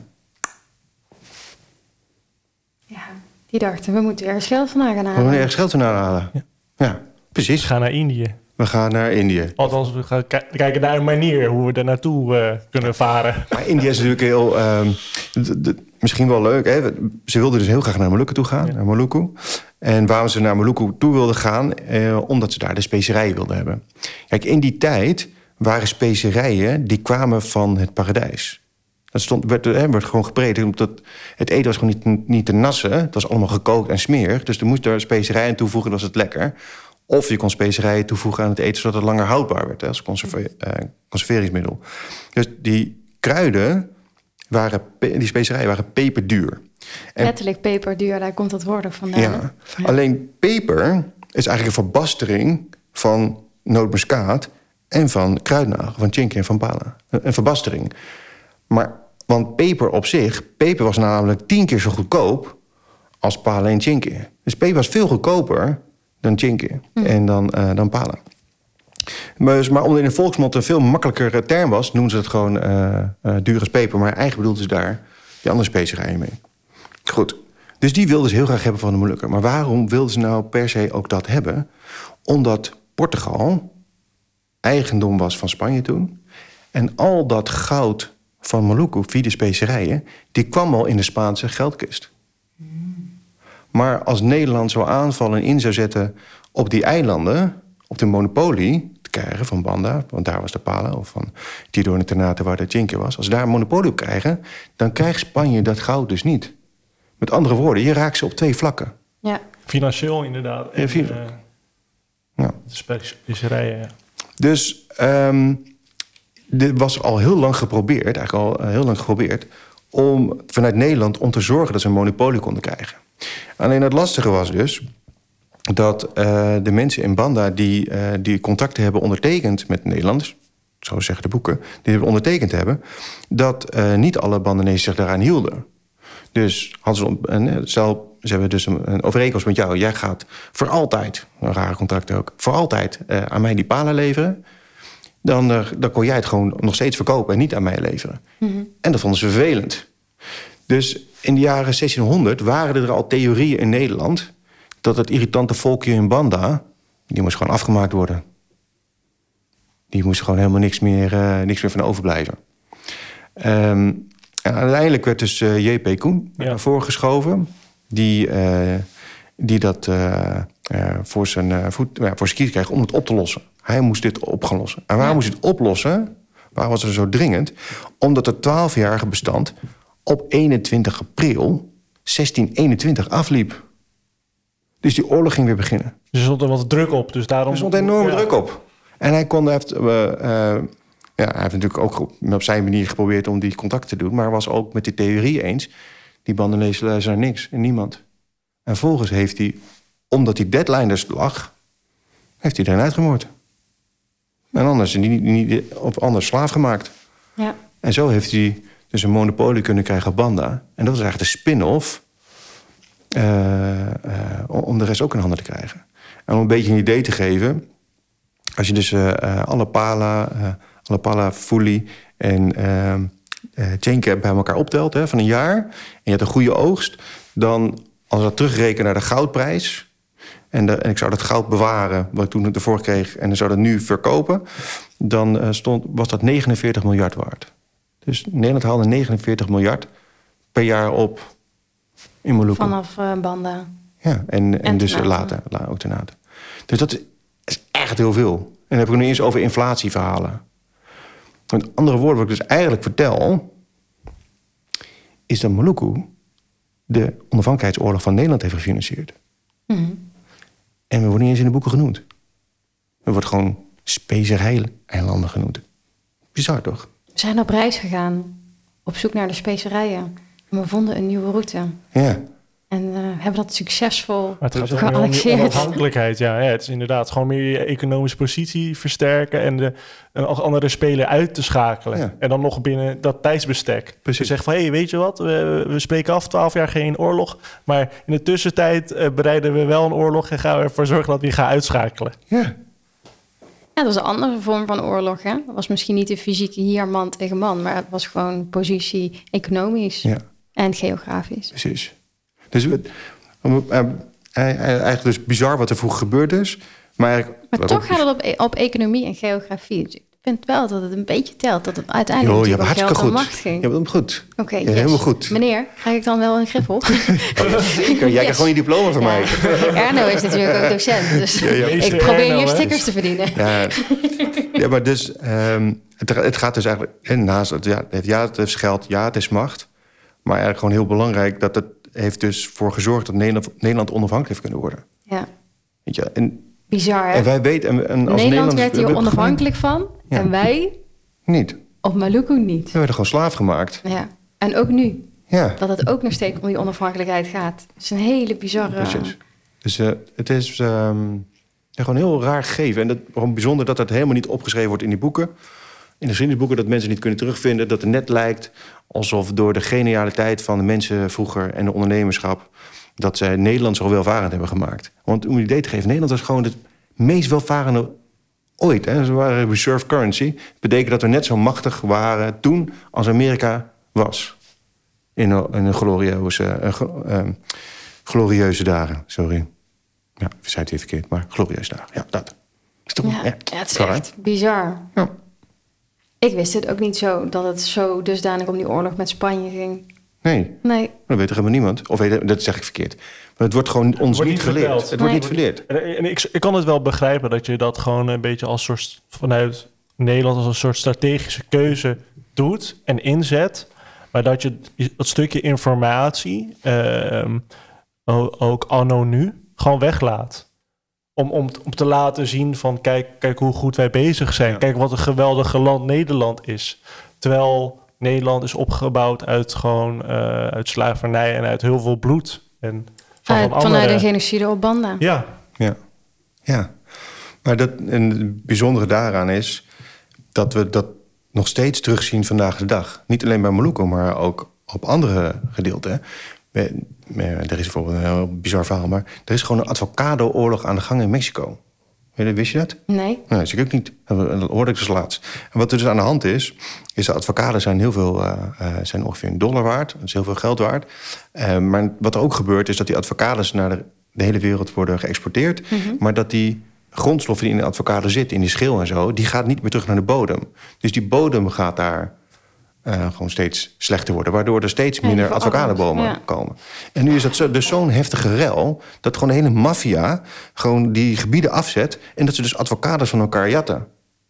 Ja, die dachten, we moeten ergens geld vandaan gaan We halen. moeten ergens geld vandaan halen. Ja, precies. We gaan naar Indië. We gaan naar Indië. Althans, we gaan kijken naar een manier hoe we er naartoe kunnen varen. Maar India is natuurlijk heel... misschien wel leuk. Hè? Ze wilden dus heel graag naar Molukken toe gaan. Ja. Naar Maluku. En waarom ze naar Maluku toe wilden gaan... omdat ze daar de specerijen wilden hebben. Kijk, in die tijd waren specerijen... die kwamen van het paradijs. Dat werd gewoon gepredikt. Omdat het eten was gewoon niet te nassen. Het was allemaal gekookt en smerig. Dus er moest er specerijen aan toevoegen, dan was het lekker. Of je kon specerijen toevoegen aan het eten... zodat het langer houdbaar werd, hè, als conserveringsmiddel. Dus die kruiden, die specerijen waren peperduur. En, letterlijk peperduur, daar komt dat woord ook vandaan. Ja. Alleen peper is eigenlijk een verbastering van nootmuskaat... en van kruidnagel, van chinky en van pala. Een verbastering. Want peper op zich... peper was namelijk 10 keer zo goedkoop als pala en chinky. Dus peper was veel goedkoper dan chinky en dan pala. Maar omdat in de volksmond een veel makkelijker term was... noemen ze het gewoon duur als peper. Maar eigenlijk bedoelden ze daar die andere specerijen mee. Goed, dus die wilden ze heel graag hebben van de Molukken. Maar waarom wilden ze nou per se ook dat hebben? Omdat Portugal eigendom was van Spanje toen. En al dat goud van Maluku, via de specerijen... die kwam al in de Spaanse geldkist. Maar als Nederland zou aanvallen en in zou zetten op die eilanden... op de monopolie te krijgen van Banda... want daar was de pala, of van Tidor en Ternate waar de chinky was... als ze daar een monopolie op krijgen... dan krijgt Spanje dat goud dus niet. Met andere woorden, je raakt ze op 2 vlakken. Ja. Financieel inderdaad. En, ja. De specerijen, ja. Dus dit was al heel lang geprobeerd... om vanuit Nederland om te zorgen dat ze een monopolie konden krijgen. Alleen het lastige was dus... dat de mensen in Banda die contacten hebben ondertekend met Nederlanders... zo zeggen de boeken, die hebben ondertekend hebben... dat niet alle Bandanezen zich daaraan hielden. Dus ze hebben dus een overeenkomst met jou. Jij gaat voor altijd, een rare contract ook... voor altijd aan mij die pala leveren... Dan kon jij het gewoon nog steeds verkopen en niet aan mij leveren. Mm-hmm. En dat vonden ze vervelend. Dus in de jaren 1600 waren er al theorieën in Nederland... dat het irritante volkje in Banda... die moest gewoon afgemaakt worden. Die moest gewoon helemaal niks meer van overblijven. En uiteindelijk werd dus J.P. Koen naar geschoven... die dat voor zijn kies kreeg om het op te lossen. Hij moest dit op gaan lossen. En waar moest hij het oplossen? Waar was het zo dringend? Omdat het 12-jarige bestand op 21 april 1621 afliep. Dus die oorlog ging weer beginnen. Dus er stond er wat druk op. Dus daarom... Er stond enorme druk op. En hij heeft natuurlijk ook op zijn manier geprobeerd om die contact te doen... maar was ook met die theorie eens... die Bandanezen luisteren naar niks en niemand. En volgens heeft hij, omdat die deadline er lag... heeft hij erin uitgemoord. En anders slaaf gemaakt. Ja. En zo heeft hij dus een monopolie kunnen krijgen op Banda. En dat was eigenlijk de spin-off... om de rest ook in handen te krijgen. En om een beetje een idee te geven... als je dus alle pala, fuli en chinky bij elkaar optelt... van een jaar, en je hebt een goede oogst... dan als we dat terugrekenen naar de goudprijs... en ik zou dat goud bewaren, wat ik toen ervoor kreeg... en dan zou dat nu verkopen... dan was dat 49 miljard waard. Dus Nederland haalde 49 miljard per jaar op in Maluku. Vanaf Banda. Ja, en dus later, ook Ternate. Dus dat is echt heel veel. En dan heb ik nog eens over inflatieverhalen. Met andere woorden, wat ik dus eigenlijk vertel... is dat Maluku de onafhankelijkheidsoorlog van Nederland heeft gefinancierd. Mm-hmm. En we worden niet eens in de boeken genoemd. We worden gewoon specerijleilanden genoemd. Bizar, toch? We zijn op reis gegaan, op zoek naar de specerijen. En we vonden een nieuwe route. Ja. En hebben dat succesvol geannexeerd. Onafhankelijkheid, ja. Het is inderdaad gewoon meer je economische positie versterken... en een andere speler uit te schakelen. Ja. En dan nog binnen dat tijdsbestek. Precies. Je zegt van, weet je wat, we spreken af 12 jaar geen oorlog... maar in de tussentijd bereiden we wel een oorlog... en gaan we ervoor zorgen dat we gaan uitschakelen. Ja. Ja, dat was een andere vorm van oorlog. Hè? Dat was misschien niet de fysieke hier man tegen man, maar het was gewoon positie economisch en geografisch. Precies. Dus eigenlijk dus bizar wat er vroeger gebeurd is. Maar toch gaat het op economie en geografie. Dus ik vind wel dat het een beetje telt. Dat het uiteindelijk over geld en macht ging. Je bent goed. Oké, helemaal goed. Meneer, krijg ik dan wel een griffel? Zeker, jij krijgt gewoon je diploma van mij. Erno is natuurlijk ook docent. Dus ik probeer hier stickers te verdienen. Ja, maar dus... het gaat dus eigenlijk... naast het is geld, het is macht. Maar eigenlijk gewoon heel belangrijk... dat het heeft dus voor gezorgd dat Nederland onafhankelijk heeft kunnen worden. Ja. Weet je, en bizar, hè? En wij weten... En als Nederland werd hier onafhankelijk van. Ja. En wij... Niet. Op Maluku niet. We werden gewoon slaaf gemaakt. Ja. En ook nu. Ja. Dat het ook nog steeds om die onafhankelijkheid gaat. Het is een hele bizarre... Precies. Dus het is gewoon heel raar gegeven. En gewoon bijzonder dat het helemaal niet opgeschreven wordt in die boeken. In de geschiedenisboeken, dat mensen niet kunnen terugvinden. Dat het net lijkt alsof door de genialiteit van de mensen vroeger... en de ondernemerschap... dat zij Nederland zo welvarend hebben gemaakt. Want om een idee te geven, Nederland was gewoon het meest welvarende ooit. Hè? Ze waren reserve currency. Dat betekent dat we net zo machtig waren toen als Amerika was. In een glorieuze dagen, sorry. Ja, ik zei het weer verkeerd, maar glorieuze dagen. Ja, dat. Is toch, het is echt bizar. Ja. Ik wist het ook niet zo, dat het zo dusdanig om die oorlog met Spanje ging. Nee. Dat weet toch helemaal niemand? Of dat zeg ik verkeerd. Maar het wordt gewoon ons niet geleerd. Het wordt niet verleerd. En ik kan het wel begrijpen dat je dat gewoon een beetje als soort... vanuit Nederland als een soort strategische keuze doet en inzet. Maar dat je dat stukje informatie, ook anno nu, gewoon weglaat. Om te laten zien van kijk hoe goed wij bezig zijn. Ja. Kijk wat een geweldige land Nederland is. Terwijl Nederland is opgebouwd uit uit slavernij en uit heel veel bloed. En vanuit de genocide op Banda. Ja. Maar het bijzondere daaraan is dat we dat nog steeds terugzien vandaag de dag. Niet alleen bij Maluku, maar ook op andere gedeelten. Er is bijvoorbeeld een heel bizar verhaal, maar er is gewoon een avocado-oorlog aan de gang in Mexico. Wist je dat? Nee. Dat wist ik ook niet. Dat hoorde ik dus laatst. En wat er dus aan de hand is de avocados zijn zijn ongeveer $1 waard. Dat is heel veel geld waard. Maar wat er ook gebeurt, is dat die avocados naar de hele wereld worden geëxporteerd. Mm-hmm. Maar dat die grondstoffen die in de avocado zitten, in die schil en zo, die gaat niet meer terug naar de bodem. Dus die bodem gaat daar gewoon steeds slechter worden. Waardoor er steeds minder avocadobomen komen. En nu is dat dus zo'n heftige rel dat gewoon de hele maffia gewoon die gebieden afzet en dat ze dus avocados van elkaar jatten.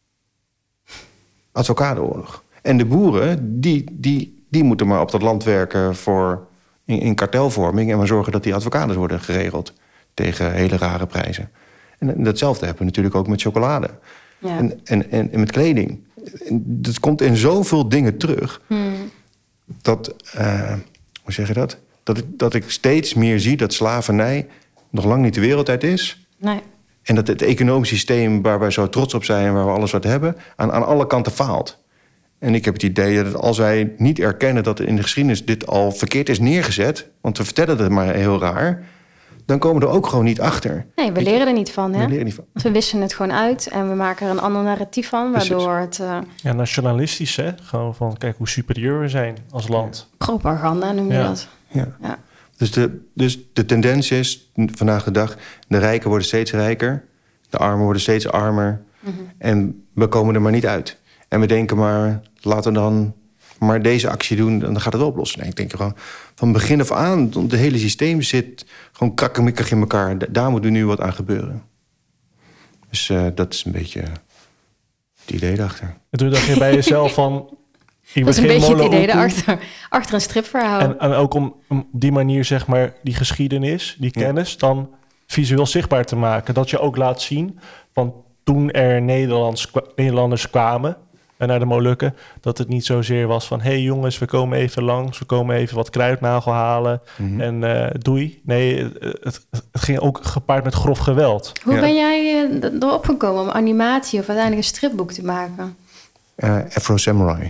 Avocado-oorlog. En de boeren, die moeten maar op dat land werken in kartelvorming en maar zorgen dat die avocados worden geregeld tegen hele rare prijzen. En datzelfde hebben we natuurlijk ook met chocolade. Ja. En met kleding. Dat komt in zoveel dingen terug. Dat, hoe zeg je dat? Dat ik steeds meer zie dat slavernij nog lang niet de wereldtijd is. Nee. En dat het economisch systeem waar wij zo trots op zijn en waar we alles wat hebben, aan alle kanten faalt. En ik heb het idee dat als wij niet erkennen dat in de geschiedenis dit al verkeerd is neergezet, want we vertellen het maar heel raar, dan komen we er ook gewoon niet achter. Nee, we leren er niet van, hè? We leren niet van. We wissen het gewoon uit en we maken er een ander narratief van, waardoor het... Ja, nationalistisch, hè? Gewoon van, kijk hoe superieur we zijn als land. Propaganda noem je dat. Ja. Dus de tendens is, vandaag de dag, de rijken worden steeds rijker, de armen worden steeds armer, en we komen er maar niet uit. En we denken maar, laten we dan maar deze actie doen, dan gaat het wel oplossen. Nee, ik denk gewoon, van begin af aan, het hele systeem zit gewoon krakkemikkig in elkaar. Daar moet er nu wat aan gebeuren. Dus dat is een beetje het idee erachter. En toen dacht je bij jezelf van... Dat is een beetje het idee erachter. Achter een stripverhaal. En ook om op die manier, zeg maar, die geschiedenis, die kennis, dan visueel zichtbaar te maken. Dat je ook laat zien van toen er Nederlanders kwamen naar de Molukken, dat het niet zozeer was van, hey jongens, we komen even langs, we komen even wat kruidnagel halen en doei. Nee, het ging ook gepaard met grof geweld. Hoe ben jij erop gekomen om animatie of uiteindelijk een stripboek te maken? Afro Samurai.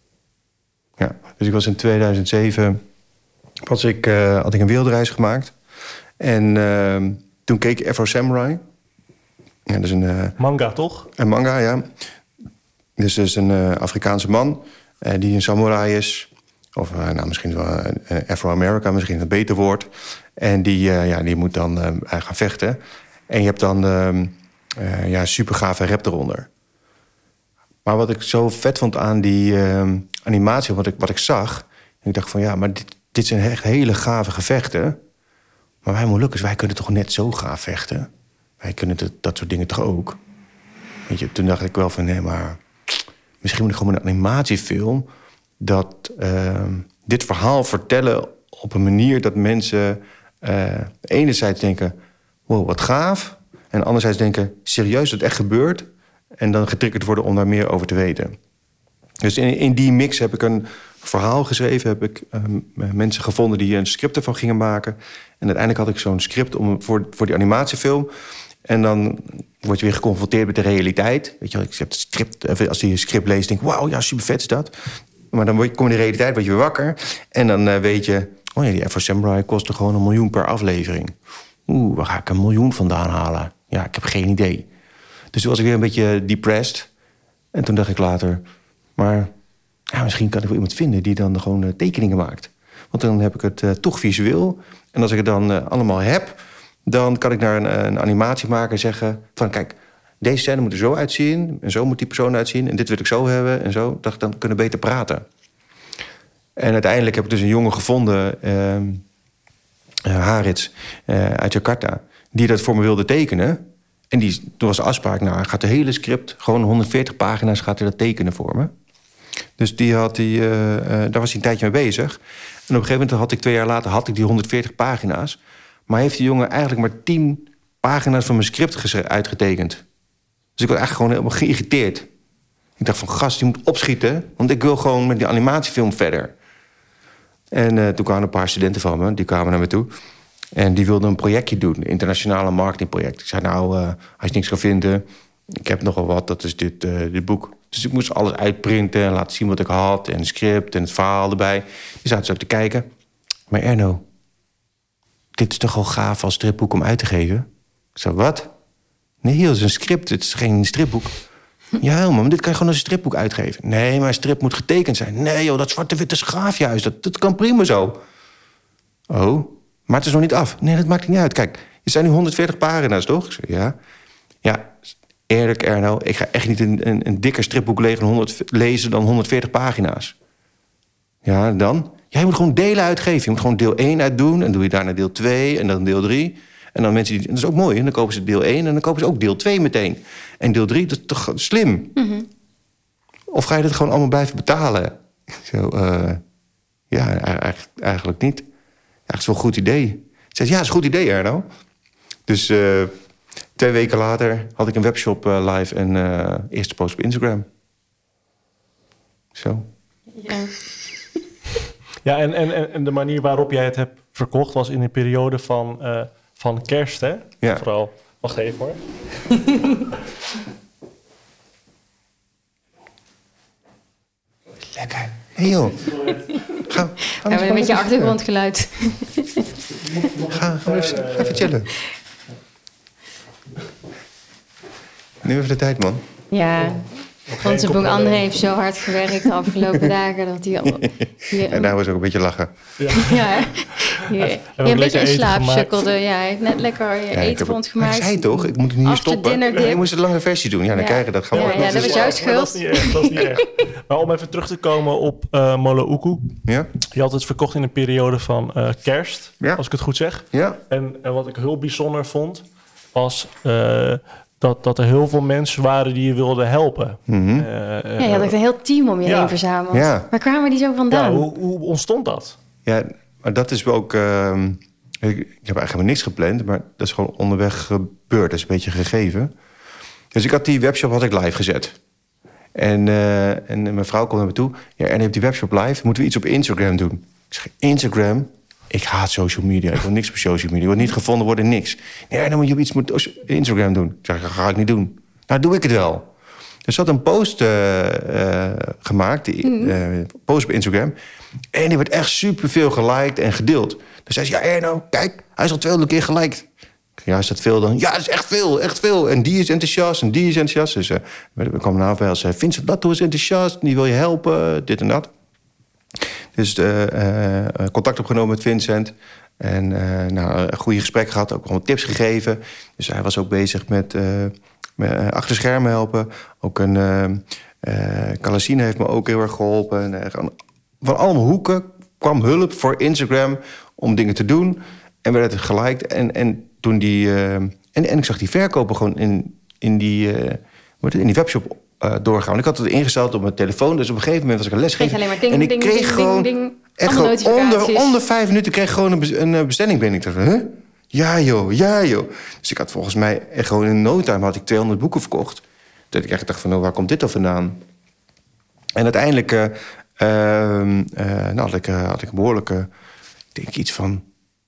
Ja, dus ik was in 2007, had ik een wereldreis gemaakt. En toen keek ik Afro Samurai. Ja, dat is een... manga, toch? Een manga, ja. Dus een Afrikaanse man die een samurai is. Of misschien wel Afro-Amerika, misschien een beter woord. En die moet dan gaan vechten. En je hebt dan super gave rap eronder. Maar wat ik zo vet vond aan die animatie, wat ik zag... ik dacht van, ja, maar dit zijn echt hele gave gevechten. Maar wij Molukkers, wij kunnen toch net zo gaaf vechten? Wij kunnen dat soort dingen toch ook? Weet je, toen dacht ik wel van, nee, maar... misschien moet ik gewoon een animatiefilm... dat dit verhaal vertellen op een manier dat mensen... enerzijds denken, wow, wat gaaf... en anderzijds denken, serieus, dat het echt gebeurt... en dan getriggerd worden om daar meer over te weten. Dus in die mix heb ik een verhaal geschreven... heb ik mensen gevonden die een script ervan gingen maken... en uiteindelijk had ik zo'n script voor die animatiefilm... en dan word je weer geconfronteerd met de realiteit. Weet je wel, ik heb het script, als je je script leest, denk ik... wauw, ja, super vet is dat. Maar dan kom je in de realiteit, word je weer wakker... en dan weet je, oh ja, die Afro Samurai kostte gewoon $1 miljoen per aflevering. Waar ga ik $1 miljoen vandaan halen? Ja, ik heb geen idee. Dus toen was ik weer een beetje depressed. En toen dacht ik later... maar ja, misschien kan ik wel iemand vinden die dan gewoon tekeningen maakt. Want dan heb ik het toch visueel. En als ik het dan allemaal heb... dan kan ik naar een animatiemaker zeggen... van kijk, deze scène moet er zo uitzien... en zo moet die persoon uitzien... en dit wil ik zo hebben en zo. Dan kunnen we beter praten. En uiteindelijk heb ik dus een jongen gevonden... Harits, uit Jakarta... die dat voor me wilde tekenen... En toen was de afspraak, nou, hij gaat de hele script... gewoon 140 pagina's gaat hij dat tekenen voor me. Dus daar was hij een tijdje mee bezig. En op een gegeven moment had ik 2 jaar later die 140 pagina's. Maar heeft die jongen eigenlijk maar 10 pagina's van mijn script uitgetekend. Dus ik was eigenlijk gewoon helemaal geïrriteerd. Ik dacht van, gast, je moet opschieten... want ik wil gewoon met die animatiefilm verder. En toen kwamen een paar studenten van me, die kwamen naar me toe... En die wilde een projectje doen, een internationale marketingproject. Ik zei, nou, als je niks kan vinden... ik heb nogal wat, dat is dit boek. Dus ik moest alles uitprinten en laten zien wat ik had... en het script en het verhaal erbij. Die zaten zo te kijken. Maar Erno, dit is toch al gaaf als stripboek om uit te geven? Ik zei, wat? Nee, dat is een script, het is geen stripboek. Ja, maar dit kan je gewoon als een stripboek uitgeven. Nee, maar een strip moet getekend zijn. Nee, joh, dat zwarte-witte is gaaf juist. Dat kan prima zo. Oh... Maar het is nog niet af. Nee, dat maakt niet uit. Kijk, het zijn nu 140 pagina's, toch? Ik zei, ja. Ja, eerlijk, Erno, ik ga echt niet een dikker stripboek lezen dan 140 pagina's. Ja, dan? Ja, je moet gewoon delen uitgeven. Je moet gewoon deel 1 uitdoen. En doe je daarna deel 2 en dan deel 3. En dan mensen die... Dat is ook mooi, hè? Dan kopen ze deel 1 en dan kopen ze ook deel 2 meteen. En deel 3, dat is toch slim? Mm-hmm. Of ga je dat gewoon allemaal blijven betalen? Zo, ja, eigenlijk niet. Ja, dat is wel een goed idee. Ik zei, ja, dat is een goed idee, Erno. Dus 2 weken later had ik een webshop live en eerste post op Instagram. Zo. Ja. Ja, en de manier waarop jij het hebt verkocht... was in een periode van kerst, hè? Ja. Vooral. Wacht even, hoor. Lekker. Hé, joh. Ga een beetje achtergrondgeluid. Ga even chillen. Nu even de tijd, man. Ja, onze boek André heeft zo hard gewerkt de afgelopen dagen... dat hij al... En daar was ook een beetje lachen. Ja, je een beetje in slaap sukkelde. Ja, hij heeft net lekker eten rondgemaakt. Ik zei toch, ik moet nu stoppen. Je moest een lange versie doen. Ja, dan krijg je dat gewoon. Ja, dat was jouw schuld. Dat is niet erg. Maar om even terug te komen op Moluku. Ja? Je had het verkocht in een periode van kerst, als ik het goed zeg. Ja. En wat ik heel bijzonder vond, was... Dat er heel veel mensen waren die je wilden helpen. Mm-hmm. Je had ook een heel team om je heen verzameld. Ja. Waar kwamen die zo vandaan? Ja, hoe ontstond dat? Ja, maar dat is ook... ik heb eigenlijk niks gepland, maar dat is gewoon onderweg gebeurd. Dat is een beetje gegeven. Dus ik had die webshop live gezet. En mijn vrouw kwam naar me toe. Ja, en je hebt die webshop live. Moeten we iets op Instagram doen? Ik zeg, Instagram? Ik haat social media. Ik wil niks op social media. Ik wil niet gevonden worden, niks. Nee, dan moet je iets op Instagram doen. Ik zeg, dat ga ik niet doen. Nou, doe ik het wel. Dus ze had een post gemaakt. Post op Instagram. En die werd echt superveel geliked en gedeeld. Dus zei ze, ja, Erno, kijk, hij is al 200 keer geliked. Ja, is dat veel dan? Ja, dat is echt veel. En die is enthousiast Dus we kwamen naar en zei... Vincent Latto is enthousiast, die wil je helpen, dit en dat. Dus contact opgenomen met Vincent. En een goede gesprek gehad, ook gewoon tips gegeven. Dus hij was ook bezig met achter schermen helpen. Ook Calasine heeft me ook heel erg geholpen. En, van allemaal hoeken kwam hulp voor Instagram om dingen te doen. En werd het geliked. En toen en ik zag die verkopen gewoon in die webshop doorgaan. Want ik had het ingesteld op mijn telefoon. Dus op een gegeven moment was ik een les gegeven. En ik kreeg gewoon... Echt gewoon onder 5 minuten kreeg ik gewoon een bestelling binnen. Ik dacht, huh? Ja joh. Dus ik had volgens mij echt gewoon in no time had ik 200 boeken verkocht. Dat ik echt dacht van, waar komt dit dan vandaan? En uiteindelijk had ik een behoorlijke... ik denk iets van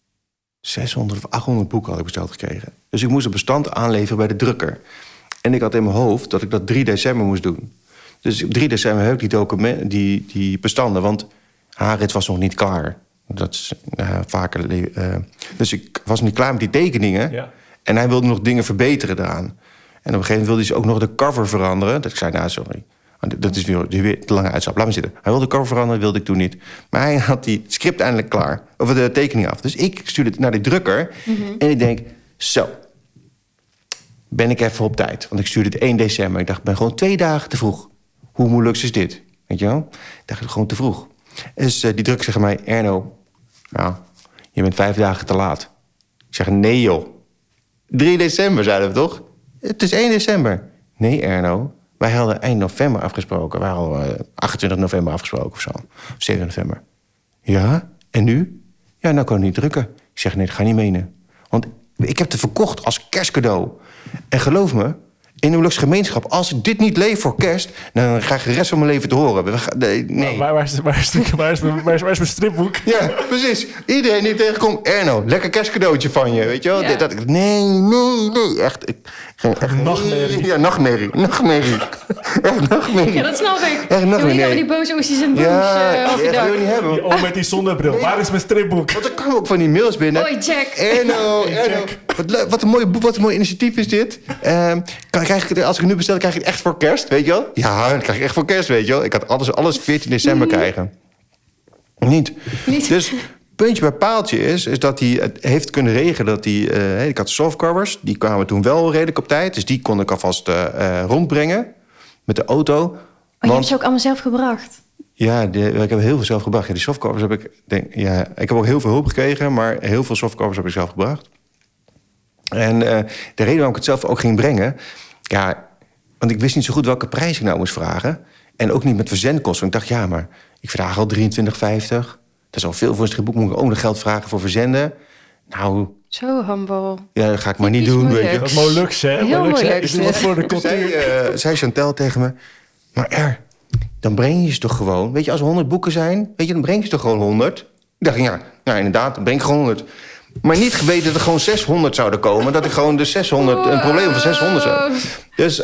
600 of 800 boeken had ik besteld gekregen. Dus ik moest een bestand aanleveren bij de drukker. En ik had in mijn hoofd dat ik dat 3 december moest doen. Dus op 3 december heb ik die bestanden, want haar rit was nog niet klaar. Dat is vaker... dus ik was niet klaar met die tekeningen. Ja. En hij wilde nog dingen verbeteren daaraan. En op een gegeven moment wilde hij ook nog de cover veranderen. Dat ik zei, sorry. Dat is weer te lange uitstap. Laat me zitten. Hij wilde de cover veranderen, wilde ik toen niet. Maar hij had die script eindelijk klaar. Of de tekening af. Dus ik stuurde het naar die drukker. Mm-hmm. En ik denk, zo. Ben ik even op tijd. Want ik stuurde het 1 december. Ik dacht, ik ben gewoon 2 dagen te vroeg. Hoe moeilijk is dit? Weet je wel? Ik dacht, gewoon te vroeg. Dus die drukker zegt aan mij, Erno, je bent 5 dagen te laat. Ik zeg, nee joh. 3 december zeiden we toch? Het is 1 december. Nee Erno, wij hadden eind november afgesproken. We hadden al 28 november afgesproken of zo. 7 november. Ja, en nu? Ja, nou kan ik niet drukken. Ik zeg, nee, dat ga je niet menen. Want ik heb het verkocht als kerstcadeau. En geloof me, in uw gemeenschap, als ik dit niet leef voor kerst, dan ga ik de rest van mijn leven te horen. Nee. Waar is mijn stripboek? Ja, precies. Iedereen die tegenkomt, Erno, lekker kerstcadeautje van je, weet je wel? Ja. Nee. Echt nachtmerrie. Ja, nachtmerrie. Echt nachtmerrie. Ja, dat snap ik. Echt nachtmerrie. Doe die boze oesters en boos. Ja, dat wil je niet hebben. Die oom met die zonnebril. Waar is mijn stripboek? Want er kwamen ook van die mails binnen. Hoi, Jack. Erno. Wat een mooi initiatief is dit. Als ik het nu bestel, krijg ik het echt voor kerst, weet je wel? Ja, dan krijg ik echt voor kerst, weet je wel? Ik had alles 14 december krijgen. Niet. Dus puntje bij paaltje is dat hij het heeft kunnen regelen. Dat ik had softcovers, die kwamen toen wel redelijk op tijd. Dus die kon ik alvast rondbrengen met de auto. Je hebt ze ook allemaal zelf gebracht? Ja, ik heb heel veel zelf gebracht. Ja, die softcovers heb ik heb ook heel veel hulp gekregen, maar heel veel softcovers heb ik zelf gebracht. En de reden waarom ik het zelf ook ging brengen, want ik wist niet zo goed welke prijs ik nou moest vragen. En ook niet met verzendkosten. Ik dacht, maar ik vraag al 23,50. Dat is al veel voor een stripboek. Moet ik ook nog geld vragen voor verzenden? Nou... Zo humble. Ja, dat ga ik maar niet doen. Weet je. Dat is Molux, hè? Heel moeilijk. Is wat voor de cultuur. Zei Chantal tegen me, maar dan breng je ze toch gewoon... Weet je, als er 100 boeken zijn, weet je, dan breng je ze toch gewoon 100? Ik dacht, inderdaad, dan breng ik gewoon 100. Maar niet geweten dat er gewoon 600 zouden komen. Dat ik gewoon de 600, een probleem van 600 zou. Dus,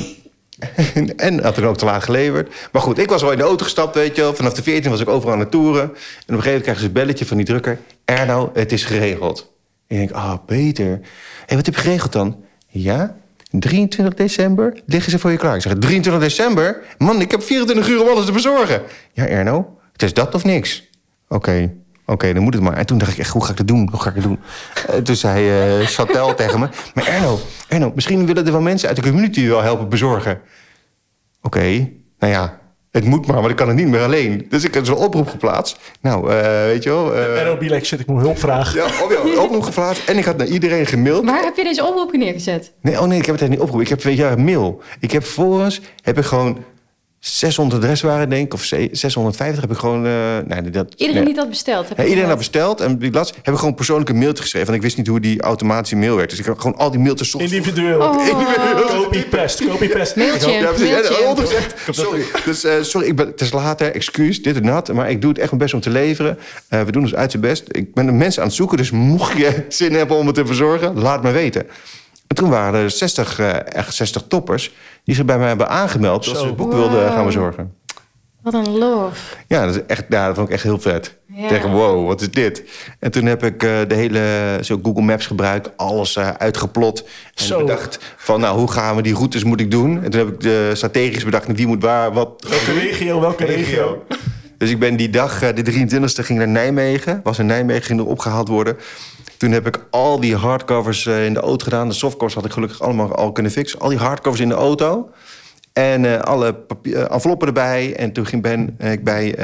en had ik ook te laat geleverd. Maar goed, ik was al in de auto gestapt, weet je wel. Vanaf de 14 was ik overal aan het toeren. En op een gegeven moment krijgen ze een belletje van die drukker. Erno, het is geregeld. En ik denk, beter. Hé, wat heb je geregeld dan? Ja, 23 december liggen ze voor je klaar. Ik zeg, 23 december? Man, ik heb 24 uur om alles te verzorgen. Ja, Erno, het is dat of niks. Oké, dan moet het maar. En toen dacht ik echt, hoe ga ik dat doen? Toen zei Chantal tegen me, maar Erno, misschien willen er wel mensen uit de community wel helpen bezorgen. Oké, het moet maar, want ik kan het niet meer alleen. Dus ik heb zo'n oproep geplaatst. Weet je wel... Erno, be like shit, ik moet hulp vragen. Ja, oproep geplaatst. En ik had naar iedereen gemaild. Waar heb je deze oproep neergezet? Nee, ik heb het niet oproep. Ik heb een mail. Ik heb vervolgens, gewoon... 600 adreswaren, denk ik, of 650 heb ik gewoon... Iedereen die dat besteld? Iedereen had besteld en die heb ik gewoon persoonlijk een mailtje geschreven. Want ik wist niet hoe die automatische mail werkt. Dus ik heb gewoon al die mailtjes... Individueel. Copy-paste. Mailtje. Sorry. Dus het is later, excuus, dit en dat. Maar ik doe het echt mijn best om te leveren. We doen ons uit zijn best. Ik ben de mensen aan het zoeken, dus mocht je zin hebben om het te verzorgen, laat me weten. En toen waren er 60 toppers die zich bij mij hebben aangemeld dat ze het boek wilden gaan bezorgen. Wat een love. Ja, dat vond ik echt heel vet. Ja. Tegen wow, wat is dit? En toen heb ik de hele Google Maps gebruikt. Alles uitgeplot. En bedacht van, nou, hoe gaan we die routes moet ik doen? En toen heb ik strategisch bedacht, wie moet waar, wat... Welke regio? Dus ik ben die dag, de 23e, ging naar Nijmegen. Was in Nijmegen, ging er opgehaald worden. Toen heb ik al die hardcovers in de auto gedaan. De softcovers had ik gelukkig allemaal al kunnen fixen. Al die hardcovers in de auto. En alle enveloppen erbij. En toen ben ik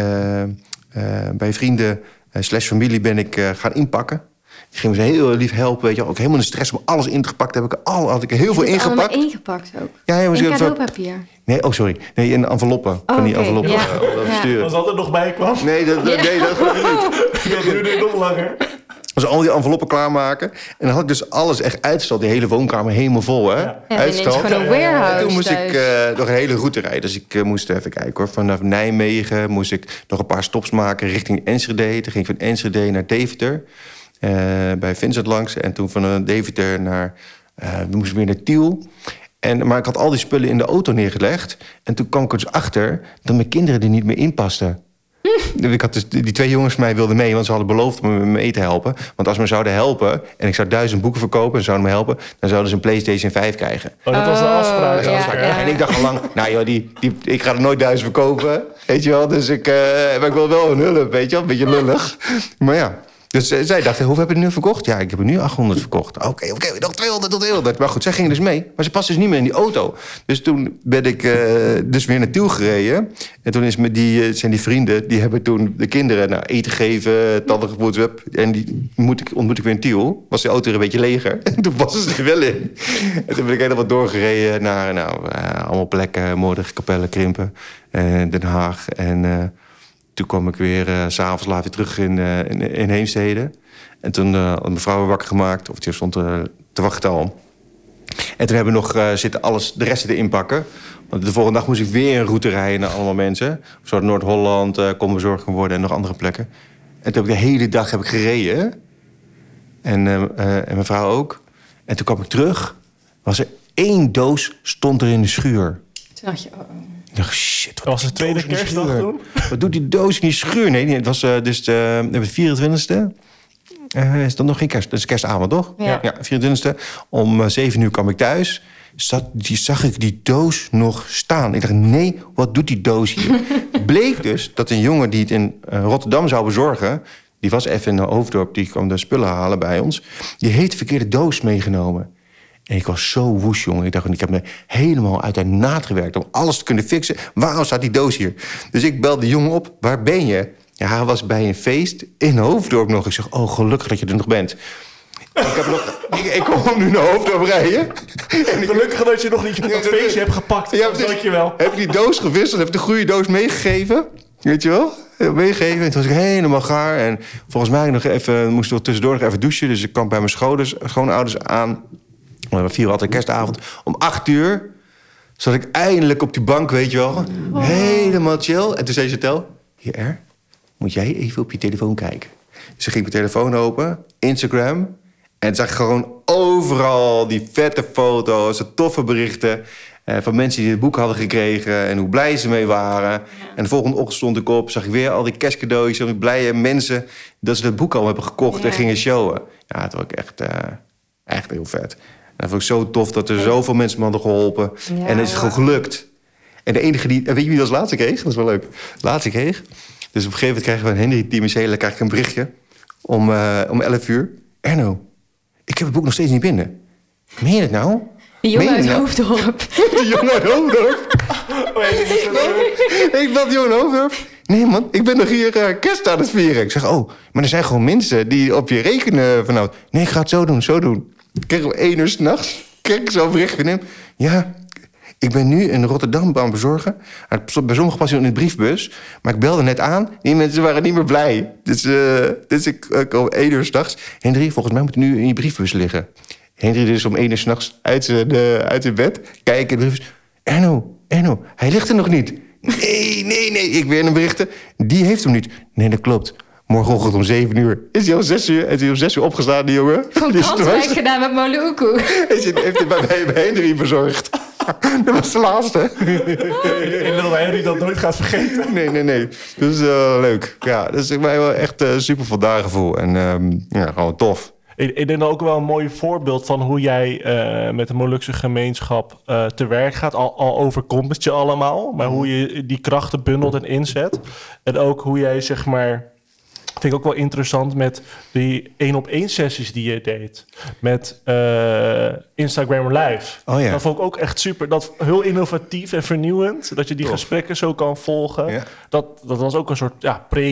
bij vrienden / familie ben ik gaan inpakken. Die gingen me heel lief helpen, weet je. Ook helemaal in de stress om alles in te pakken. Had ik heel veel ingepakt. Allemaal ingepakt ook? Ja, in cadeaupapier? Nee, sorry. Nee, in enveloppen. Van die enveloppen. Ja. Was dat er nog bij kwam? Nee, dat kwam niet. Dat duurde nog langer. Dus al die enveloppen klaarmaken. En dan had ik dus alles echt uitgestald. Die hele woonkamer helemaal vol, hè? Ja, uitgestald. Gewoon een warehouse. En toen moest ik nog een hele route rijden. Dus ik moest even kijken, hoor. Vanaf Nijmegen moest ik nog een paar stops maken richting Enschede. Toen ging ik van Enschede naar Deventer. Bij Vincent langs. En toen van Deventer naar... we moesten weer naar Tiel. Maar ik had al die spullen in de auto neergelegd. En toen kwam ik er dus achter dat mijn kinderen er niet meer in pasten. Ik had dus, die 2 jongens van mij wilden mee, want ze hadden beloofd om me mee te helpen. Want als ze me zouden helpen en ik zou 1000 boeken verkopen en ze zouden me helpen, dan zouden ze een PlayStation 5 krijgen. Oh, dat was de afspraak. Ja. En ik dacht al lang, nou joh, ik ga er nooit 1000 verkopen, weet je wel. Dus ik wil wel een hulp, weet je wel, een beetje lullig. Maar ja. Dus zij dachten, hoeveel heb je nu verkocht? Ja, ik heb er nu 800 verkocht. Oké, nog 200 tot 200. Maar goed, zij gingen dus mee. Maar ze passen dus niet meer in die auto. Dus toen ben ik dus weer naar Tiel gereden. En toen zijn die vrienden, die hebben toen de kinderen eten gegeven, tanden gevoerd. En die ontmoet ik weer in Tiel. Was de auto weer een beetje leger. En toen passen ze er wel in. En toen ben ik helemaal doorgereden naar allemaal plekken. Moordrecht, Capelle, Krimpen, Den Haag en... Toen kwam ik weer 's avonds laat weer terug in Heemstede. En toen had mijn vrouw wakker gemaakt. Of die stond te wachten al. En toen hebben we nog de rest zitten inpakken. Want de volgende dag moest ik weer een route rijden naar allemaal mensen. Zo Noord-Holland kon bezorgd worden en nog andere plekken. En toen heb ik de hele dag gereden. En mijn vrouw ook. En toen kwam ik terug. Was er 1 doos stond er in de schuur. Toen dacht je... Ik dacht, shit, wat was het tweede kerstdag toen? Wat doet die doos in die schuur? Nee, het was dus de 24e. Is dan nog geen kerst? Dat is kerstavond, toch? Ja. 24e. Om 7 uur kwam ik thuis. Zag ik die doos nog staan. Ik dacht, nee, wat doet die doos hier? Bleek dus dat een jongen die het in Rotterdam zou bezorgen... die was even in Hoofddorp, die kwam de spullen halen bij ons... die heeft de verkeerde doos meegenomen. En ik was zo woest, jongen. Ik dacht, ik heb me helemaal uit de naad gewerkt... om alles te kunnen fixen. Waarom staat die doos hier? Dus ik belde de jongen op. Waar ben je? Ja, hij was bij een feest in Hoofddorp nog. Ik zeg, oh, gelukkig dat je er nog bent. Ik kom nu naar Hoofddorp rijden. En gelukkig dat je nog niet dat feestje hebt gepakt. Ja, dankjewel. Heb ik die doos gewisseld, heb ik de goede doos meegegeven. Weet je wel? Meegegeven. En toen was ik helemaal gaar. En volgens mij moest ik tussendoor nog even douchen. Dus ik kwam bij mijn schoonouders aan... We vieren altijd kerstavond. Om 8 uur zat ik eindelijk op die bank, weet je wel. Oh. Helemaal chill. En toen zei Chantal... Hier, moet jij even op je telefoon kijken. Dus ik ging mijn telefoon open, Instagram... en toen zag ik gewoon overal die vette foto's... de toffe berichten van mensen die het boek hadden gekregen... en hoe blij ze mee waren. En de volgende ochtend stond ik op, zag ik weer al die kerstcadeautjes... en blije mensen dat ze het boek al hebben gekocht en gingen showen. Ja, het was echt heel vet. Dat vond ik zo tof dat er zoveel mensen me hadden geholpen. Ja, en het is gewoon gelukt. En de enige die... Weet je wie dat als laatste kreeg? Dat is wel leuk. Laatste kreeg. Dus op een gegeven moment krijgen we van Henry Timicele... krijg ik een berichtje om 11 uur. Erno, ik heb het boek nog steeds niet binnen. Meen je het nou? De jongen uit Hoofddorp. De jongen uit Hoofddorp? Ik bel de jongen uit Hoofddorp. Nee man, ik ben nog hier kerst aan het vieren. Ik zeg, maar er zijn gewoon mensen die op je rekenen vanavond. Nee, ik ga het zo doen. Ik kreeg om 1 uur 's nachts. Kreeg ik zo'n bericht van hem. Ja, ik ben nu in Rotterdam aan het bezorgen. Bij sommigen passen in de briefbus. Maar ik belde net aan. Die mensen waren niet meer blij. Dus ik om 1 uur 's nachts. Henry, volgens mij moet hij nu in je briefbus liggen. Henry dus om 1 uur 's nachts uit zijn bed. Kijk in de briefbus. Erno, hij ligt er nog niet. Nee. Ik weer een berichten. Die heeft hem niet. Nee, dat klopt. Morgenochtend om 7 uur. Is hij om 6 uur? Is hij om 6 uur opgestaan, die jongen? Gewoon brandwerk gedaan met Moluku. Heeft hij bij Henry verzorgd. Dat was de laatste. Ik wil dat Henry dat nooit gaat vergeten. Nee. Dus leuk. Ja, dat is mij wel echt super voldaan gevoel. En gewoon tof. Ik denk ook wel een mooi voorbeeld van hoe jij met de Molukse gemeenschap te werk gaat. Al overkomt het je allemaal. Maar hoe je die krachten bundelt en inzet. En ook hoe jij, zeg maar... Vind ik ook wel interessant met die 1-op-1 sessies die je deed. Met Instagram Live. Oh, ja. Dat vond ik ook echt super. Dat heel innovatief en vernieuwend. Dat je die gesprekken zo kan volgen. Ja. Dat was ook een soort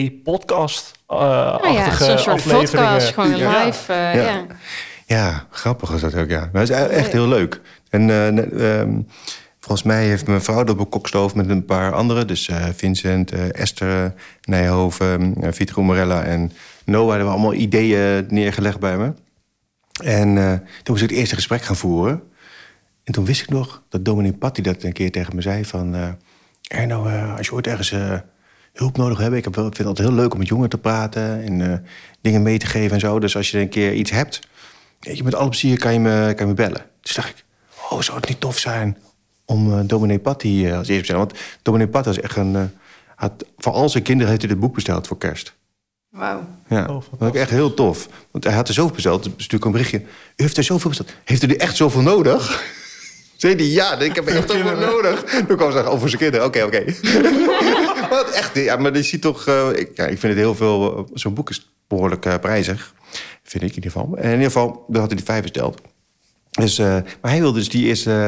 pre-podcast-achtige een soort podcast, gewoon live. Ja, grappig was dat ook, ja. Maar het is echt heel leuk. En volgens mij heeft mijn vrouw dat bekokstoofd met een paar anderen. Dus Vincent, Esther Nijhoven, Vitro Morella en Noah hebben allemaal ideeën neergelegd bij me. En toen moest ik het eerste gesprek gaan voeren. En toen wist ik nog dat Dominique Patti dat een keer tegen me zei van... Erno, als je ooit ergens hulp nodig hebt... Ik vind het altijd heel leuk om met jongeren te praten en dingen mee te geven en zo. Dus als je een keer iets hebt, met alle plezier kan je me bellen. Dus dacht ik, zou het niet tof zijn... om Dominique Patti als eerste te bestellen. Want Dominique Patti was echt voor al zijn kinderen heeft hij dit boek besteld voor kerst. Wauw. Ja, dat vond ik echt heel tof. Want hij had er zoveel besteld. Dus stuur ik een berichtje. U heeft er zoveel besteld. Heeft u er echt zoveel nodig? Zei hij, ja, ik heb echt zoveel nodig. Toen kwam ze zeggen, voor zijn kinderen. Oké. Maar echt, ja, maar je ziet toch... ik vind het heel veel... Zo'n boek is behoorlijk prijzig. Vind ik in ieder geval. En in ieder geval, dan had hij die 5 besteld. Dus, maar hij wilde dus die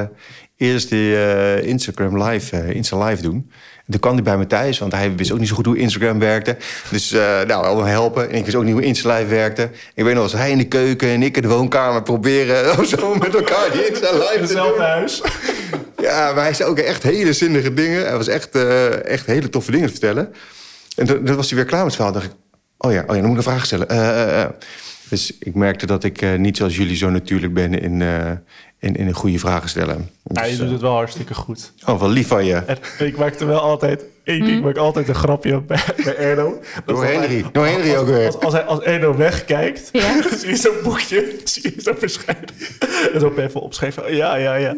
eerste Instagram live, Insta live doen. En toen kwam hij bij me thuis, want hij wist ook niet zo goed hoe Instagram werkte. Dus allemaal helpen. En ik wist ook niet hoe Insta live werkte. Ik weet nog, als hij in de keuken en ik in de woonkamer proberen... zo met elkaar die Insta live te doen. Huis. Ja, maar hij zei ook echt hele zinnige dingen. Hij was echt hele toffe dingen te vertellen. En toen was hij weer klaar met het verhaal. Dacht ik, dan moet ik een vraag stellen. Dus ik merkte dat ik niet zoals jullie zo natuurlijk ben in een goede vragen stellen. Ja, je doet het wel hartstikke goed. Oh, wel lief van je. En ik maakte wel altijd... Ik maak altijd een grapje bij Erno. Door Henry ook weer. Als Erno wegkijkt, zie je zo'n boekje, zie je zo verschijnen. En zo even opschrijven. Ja.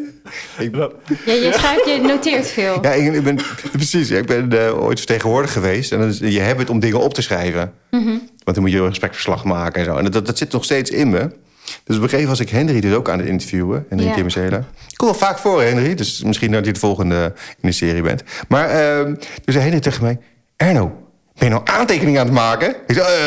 Je noteert veel. Ja, ik ben precies. Ik ben ooit vertegenwoordiger geweest. En je hebt het om dingen op te schrijven. Mm-hmm. Want dan moet je een gespreksverslag maken en zo. En dat zit nog steeds in me. Dus op een gegeven moment was ik Henry dus ook aan het interviewen. Henry Timmercela. Ik kom wel vaak voor, Henry. Dus misschien dat je de volgende in de serie bent. Maar toen zei Henry tegen mij... Erno, ben je nou aantekeningen aan het maken? Ik zei,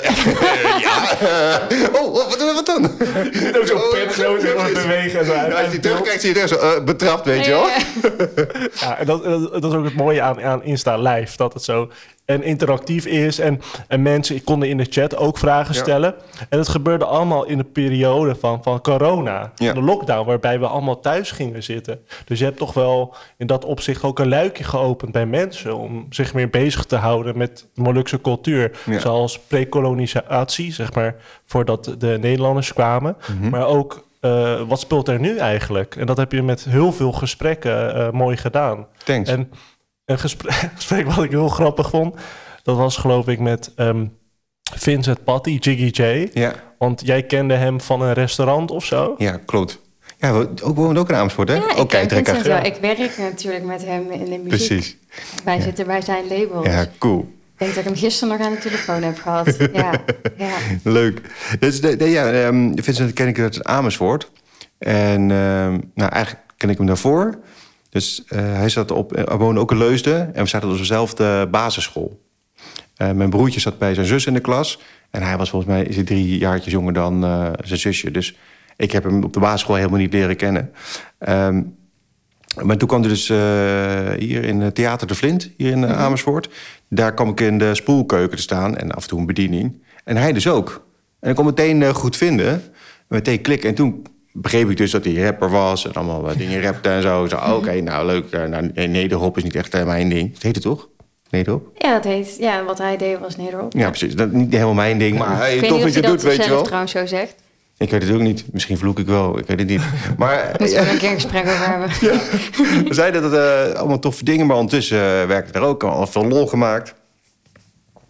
wat dan? Je zit ook zo'n pen zo bewegen. En zo als je terugkijkt, zie je er zo betrapt, weet je wel. Ja, en dat is ook het mooie aan Insta Live. Dat het zo interactief is. En mensen konden in de chat ook vragen stellen. En het gebeurde allemaal in de periode van corona. Ja. De lockdown, waarbij we allemaal thuis gingen zitten. Dus je hebt toch wel in dat opzicht ook een luikje geopend bij mensen... om zich meer bezig te houden met Molukse cultuur. Ja. Zoals pre-kolonisatie, zeg maar, voordat de Nederlanders kwamen. Mm-hmm. Maar ook... wat speelt er nu eigenlijk? En dat heb je met heel veel gesprekken mooi gedaan. Thanks. En een gesprek wat ik heel grappig vond... dat was geloof ik met Vincent Patti, Jiggy J. Ja. Want jij kende hem van een restaurant of zo? Ja, klopt. Ja, we wonen ook in Amersfoort, hè? Ja, ik ken Vincent wel. Ik werk natuurlijk met hem in de muziek. Precies. Wij zitten bij zijn label. Ja, cool. Ik denk dat ik hem gisteren nog aan de telefoon heb gehad. Ja. Leuk. Dus, Vincent ken ik uit Amersfoort. En eigenlijk ken ik hem daarvoor. Dus hij woonde ook in Leusden. En we zaten op dezelfde basisschool. Mijn broertje zat bij zijn zus in de klas. En hij was volgens mij 3 jaartjes jonger dan zijn zusje. Dus ik heb hem op de basisschool helemaal niet leren kennen. Maar toen kwam hij dus hier in Theater de Vlint, hier in Amersfoort. Daar kwam ik in de spoelkeuken te staan en af en toe een bediening. En hij dus ook. En ik kon meteen goed vinden, meteen klikken. En toen begreep ik dus dat hij rapper was en allemaal wat dingen rapte en zo. Oké, nou leuk. Nederhop is niet echt mijn ding. Dat heet het toch? Nederhop? Ja, dat heet. Ja, wat hij deed was Nederhop. Ja, precies. Dat is niet helemaal mijn ding, maar ik tof dat je het doet, weet je wel. zelf trouwens zo zegt. Ik weet het ook niet. Misschien vloek ik wel. Ik weet het niet. Maar moeten we er een keer een gesprek over hebben. Ja. We zeiden dat het allemaal toffe dingen, maar ondertussen werkte er ook al veel lol gemaakt.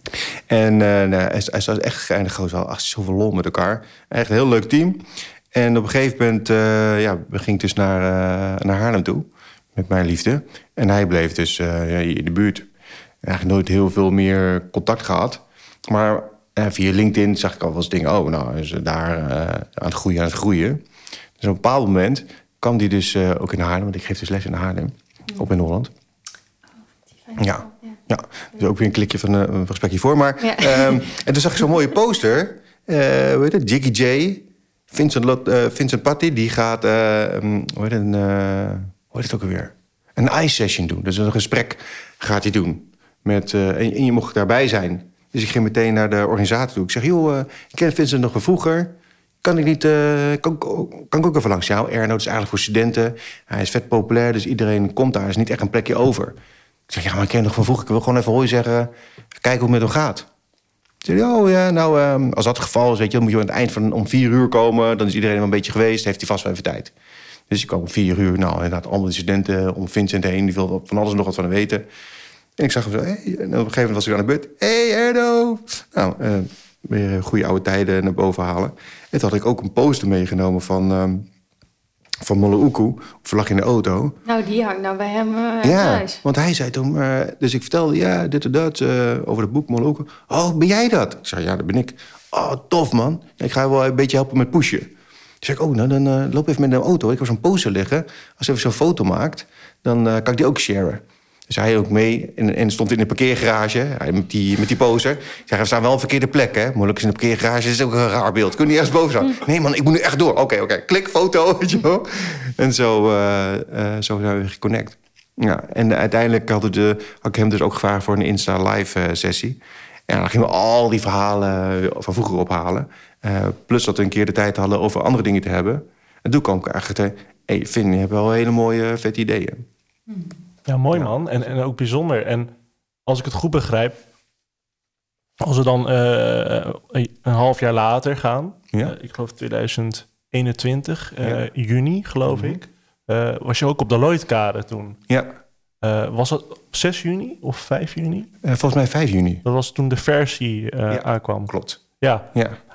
En hij was echt geinig gozer. Zoveel lol met elkaar. Echt een heel leuk team. En op een gegeven moment, we gingen dus naar Haarlem toe. Met mijn liefde. En hij bleef dus hier in de buurt. Eigenlijk nooit heel veel meer contact gehad. Maar via LinkedIn zag ik al wel eens dingen. Is daar aan het groeien. Dus op een bepaald moment kwam die dus ook in Haarlem. Want ik geef dus les in Haarlem. Op in Holland. Ja, dus ook weer een klikje van een gesprekje voor. Maar, en toen zag ik zo'n mooie poster. Jiggy J, Vincent Patti, die gaat... hoe heet het ook alweer? Een ice session doen. Dus een gesprek gaat hij doen. En je mocht daarbij zijn. Dus ik ging meteen naar de organisator toe. Ik zeg, joh, ik ken Vincent nog van vroeger. Kan ik ook even langs jou? Erno is eigenlijk voor studenten. Hij is vet populair, dus iedereen komt daar. Er is niet echt een plekje over. Ik zeg, maar ik ken hem nog van vroeger. Ik wil gewoon even hooi zeggen, kijken hoe het met hem gaat. Ik zeg, als dat het geval is, weet je, dan moet je aan het eind van om 4 uur komen. Dan is iedereen wel een beetje geweest, heeft hij vast wel even tijd. Dus ik kwam om 4 uur, inderdaad, allemaal de studenten om Vincent heen. Die wil van alles nog wat van hem weten. En ik zag hem zo, en op een gegeven moment was ik aan de beurt. Hey, Erno! Weer goede oude tijden naar boven halen. En toen had ik ook een poster meegenomen van Molle Oekoe. Of lag in de auto. Nou, die hangt nou bij hem thuis. Want hij zei toen... dus ik vertelde, dit en dat, over het boek Molle Oekoe. Oh, ben jij dat? Ik zei, ja, dat ben ik. Oh, tof, man. Ik ga je wel een beetje helpen met pushen. Toen zei ik, dan loop even met een auto. Ik heb zo'n poster liggen. Als je even zo'n foto maakt, dan kan ik die ook sharen. Dus hij ook mee en stond in de parkeergarage met die poster. Ik zei, we staan wel op verkeerde plek, hè? Moeilijk in de parkeergarage, dat is ook een raar beeld. Kun je niet ergens boven staan? Nee, man, ik moet nu echt door. Oké, klik, foto, weet je wel. En zo zijn we geconnect. Ja, en uiteindelijk had ik hem dus ook gevraagd voor een Insta-live-sessie. En dan gingen we al die verhalen van vroeger ophalen. Plus dat we een keer de tijd hadden over andere dingen te hebben. En toen kwam ik eigenlijk hey, Finn, je hebt wel hele mooie, vette ideeën. Ja, mooi man. En ook bijzonder. En als ik het goed begrijp, als we dan een half jaar later gaan, ik geloof 2021, juni geloof ik, was je ook op de Lloydkade toen. Ja. Was dat op 6 juni of 5 juni? Volgens mij 5 juni. Dat was toen de versie aankwam. Klopt. Ja.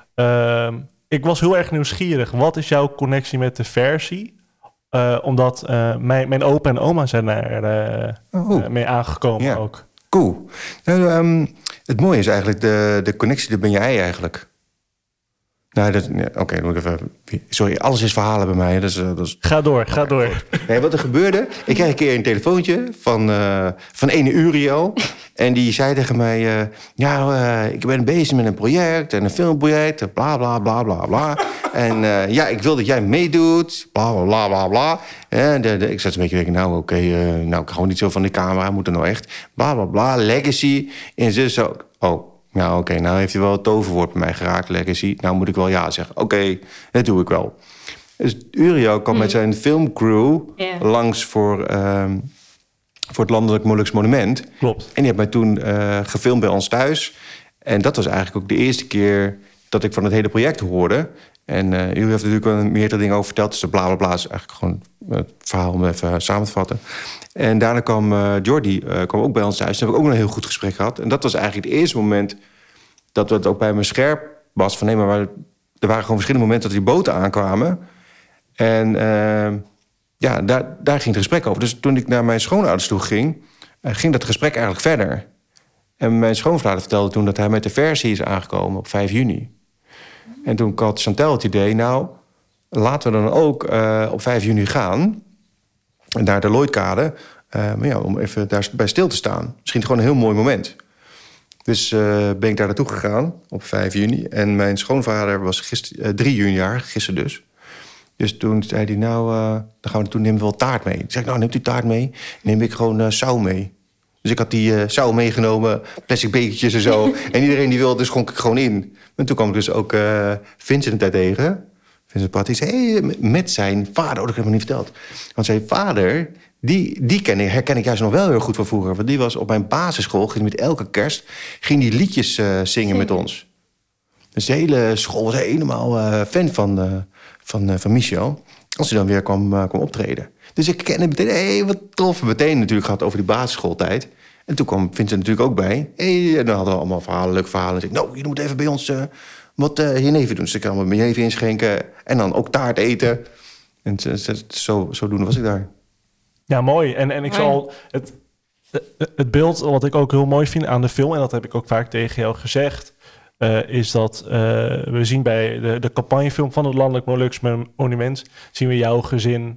Ik was heel erg nieuwsgierig. Wat is jouw connectie met de versie? Omdat mijn opa en oma zijn daar mee aangekomen ook. Cool. Nou, het mooie is eigenlijk de connectie, daar ben jij eigenlijk. Nou, dan moet ik even... Sorry, alles is verhalen bij mij. Dus, Ga door. Nee, wat er gebeurde... Ik kreeg een keer een telefoontje van ene Uriel. En die zei tegen mij... ik ben bezig met een project en een filmproject. Bla, bla, bla, bla, bla. En ik wil dat jij meedoet. Bla, bla, bla, bla, bla. En ik zat een beetje denken... ik hou niet zo van de camera. Moet er nou echt... Bla, bla, bla. Legacy. En zo... Oh. Nou, nou heeft hij wel het toverwoord bij mij geraakt, Legacy. Nou moet ik wel ja zeggen. Oké, dat doe ik wel. Dus Uriel kwam met zijn filmcrew langs voor het Landelijk Molukse Monument. Klopt. En die heeft mij toen gefilmd bij ons thuis. En dat was eigenlijk ook de eerste keer dat ik van het hele project hoorde. En Uriel heeft natuurlijk wel meerdere dingen over verteld. Dus de bla bla bla is eigenlijk gewoon het verhaal om even samen te vatten. En daarna kwam Jordi ook bij ons thuis. Toen heb ik ook een heel goed gesprek gehad. En dat was eigenlijk het eerste moment dat het ook bij me scherp was. Van nee, maar er waren gewoon verschillende momenten dat die boten aankwamen. En daar ging het gesprek over. Dus toen ik naar mijn schoonouders toe ging, ging dat gesprek eigenlijk verder. En mijn schoonvader vertelde toen dat hij met de versie is aangekomen op 5 juni. En toen had Chantal het idee, nou, laten we dan ook op 5 juni gaan. En daar de Lloydkade, om even daarbij stil te staan. Misschien gewoon een heel mooi moment. Dus ben ik daar naartoe gegaan op 5 juni. En mijn schoonvader was 3 juni jaar, gisteren dus. Dus toen zei hij, dan gaan we toen nemen we wel taart mee. Ik zei, nou, neemt u taart mee? Neem ik gewoon saus mee. Dus ik had die saus meegenomen, plastic bekertjes en zo. En iedereen die wilde, schonk ik gewoon in. En toen kwam ik dus ook Vincent daar tegen. Vincent Patti zei, met zijn vader. Oh, dat heb ik me niet verteld. Want zijn vader, die herken ik juist nog wel heel goed van vroeger. Want die was op mijn basisschool, ging met elke kerst, ging die liedjes zingen met ons. Dus de hele school was helemaal fan van Michel. Als hij dan weer kwam optreden. Dus ik kende meteen, wat tof. Meteen natuurlijk gehad over die basisschooltijd. En toen kwam Vincent natuurlijk ook bij. En dan hadden we allemaal leuke verhalen. En ik zei, je moet even bij ons wat je neven doen. Dus ik kan met mijn neven inschenken. En dan ook taart eten. En zodoende was ik daar. Ja, mooi. En ik zal het beeld wat ik ook heel mooi vind aan de film... en dat heb ik ook vaak tegen jou gezegd... is dat we zien bij de campagnefilm van het Landelijk Moluks Monument... zien we jouw gezin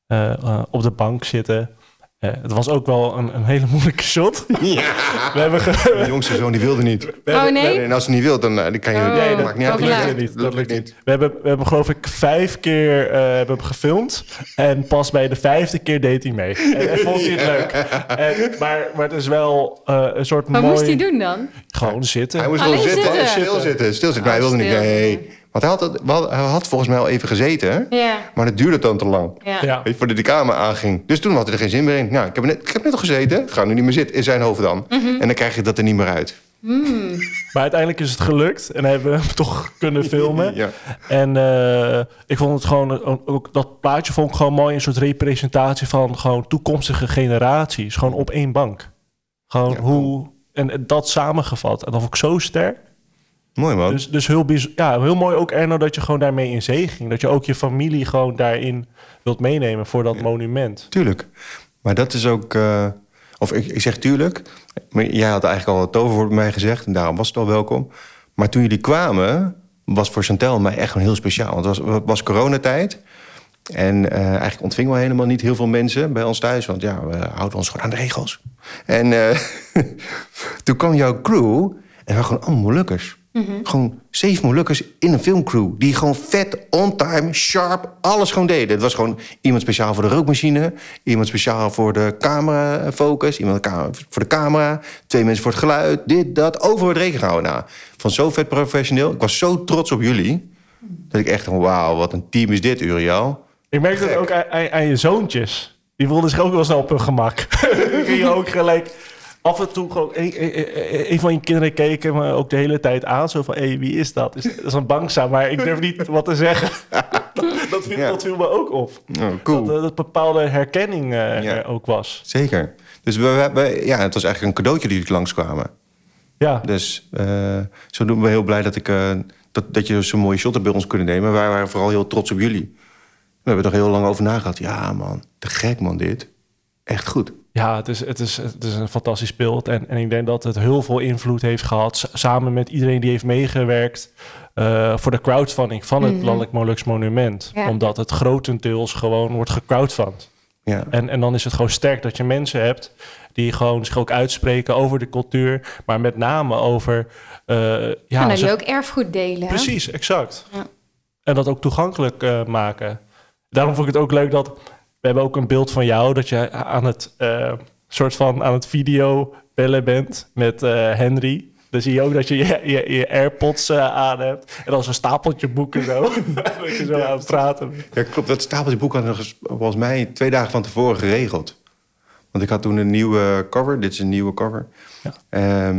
op de bank zitten... het was ook wel een hele moeilijke shot. Ja. De jongste zoon die wilde niet. Nee? En als ze niet wil, dan kan je... Nee, dat maakt niet uit. Dat lukt niet. We hebben geloof ik 5 keer hebben gefilmd. En pas bij de 5e keer deed hij mee. En vond hij het leuk. Maar het is wel een soort mooi... Wat moest hij doen dan? Gewoon zitten. Hij moest gewoon stilzitten. Maar hij wilde niet. Nee. Want hij had volgens mij al even gezeten. Ja. Maar het duurde dan te lang. Ja. Weet je, voordat de camera aanging. Dus toen had hij er geen zin meer in. Nou, ik heb net al gezeten. Ga nu niet meer zitten in zijn hoofd dan. En dan krijg je dat er niet meer uit. Maar uiteindelijk is het gelukt. En hebben we hem toch kunnen filmen. Ja. En ik vond het gewoon... Ook dat plaatje vond ik gewoon mooi. Een soort representatie van gewoon toekomstige generaties. Gewoon op één bank. Gewoon hoe... En dat samengevat. En dat vond ik zo sterk. Mooi, man. Dus heel mooi ook, Erno, dat je gewoon daarmee in zee ging. Dat je ook je familie gewoon daarin wilt meenemen voor dat monument. Tuurlijk. Maar dat is ook... ik zeg tuurlijk. Maar jij had eigenlijk al het toverwoord bij mij gezegd. En daarom was het al welkom. Maar toen jullie kwamen, was voor Chantal en mij echt gewoon heel speciaal. Want het was coronatijd. En eigenlijk ontvingen we helemaal niet heel veel mensen bij ons thuis. Want we houden ons gewoon aan de regels. En toen kwam jouw crew... en we gewoon allemaal Molukkers. Gewoon 7 Molukkers in een filmcrew. Die gewoon vet, on time, sharp, alles gewoon deden. Het was gewoon iemand speciaal voor de rookmachine. Iemand speciaal voor de camerafocus. Iemand voor de camera. 2 mensen voor het geluid. Dit, dat. Overal het rekening gehouden. Nou, van zo vet professioneel. Ik was zo trots op jullie. Dat ik echt van, wauw, wat een team is dit, Uriel. Ik merkte het ook aan je zoontjes. Die voelden zich ook wel snel op hun gemak. Die gingen ook gelijk... Af en toe gewoon een van je kinderen keken me ook de hele tijd aan. Zo van, wie is dat? Dat is een bankza, maar ik durf niet wat te zeggen. Dat viel me ook op. Oh, cool. Dat bepaalde herkenning er ook was. Zeker. Dus het was eigenlijk een cadeautje die jullie langskwamen. Ja. Dus zo doen we heel blij dat je zo'n mooie shot hebt bij ons kunnen nemen. Wij waren vooral heel trots op jullie. We hebben er heel lang over nagedacht. Ja, man, te gek, man, dit. Echt goed. Ja, het is een fantastisch beeld. En ik denk dat het heel veel invloed heeft gehad... samen met iedereen die heeft meegewerkt... voor de crowdfunding van het Landelijk Moluks Monument. Ja. Omdat het grotendeels gewoon wordt gecrowdfund. Ja. En dan is het gewoon sterk dat je mensen hebt... die gewoon zich ook uitspreken over de cultuur... maar met name over... en dan die ook erfgoed delen. Precies, exact. Ja. En dat ook toegankelijk maken. Daarom vond ik het ook leuk dat... We hebben ook een beeld van jou dat je aan het video bellen bent met Henry. Dan zie je ook dat je je AirPods aan hebt. En dan zo'n stapeltje boeken zo. Dat je zo aan het praten. Ja, klopt. Dat stapeltje boeken had ik volgens mij 2 dagen van tevoren geregeld. Want ik had toen een nieuwe cover. Dit is een nieuwe cover. Ja.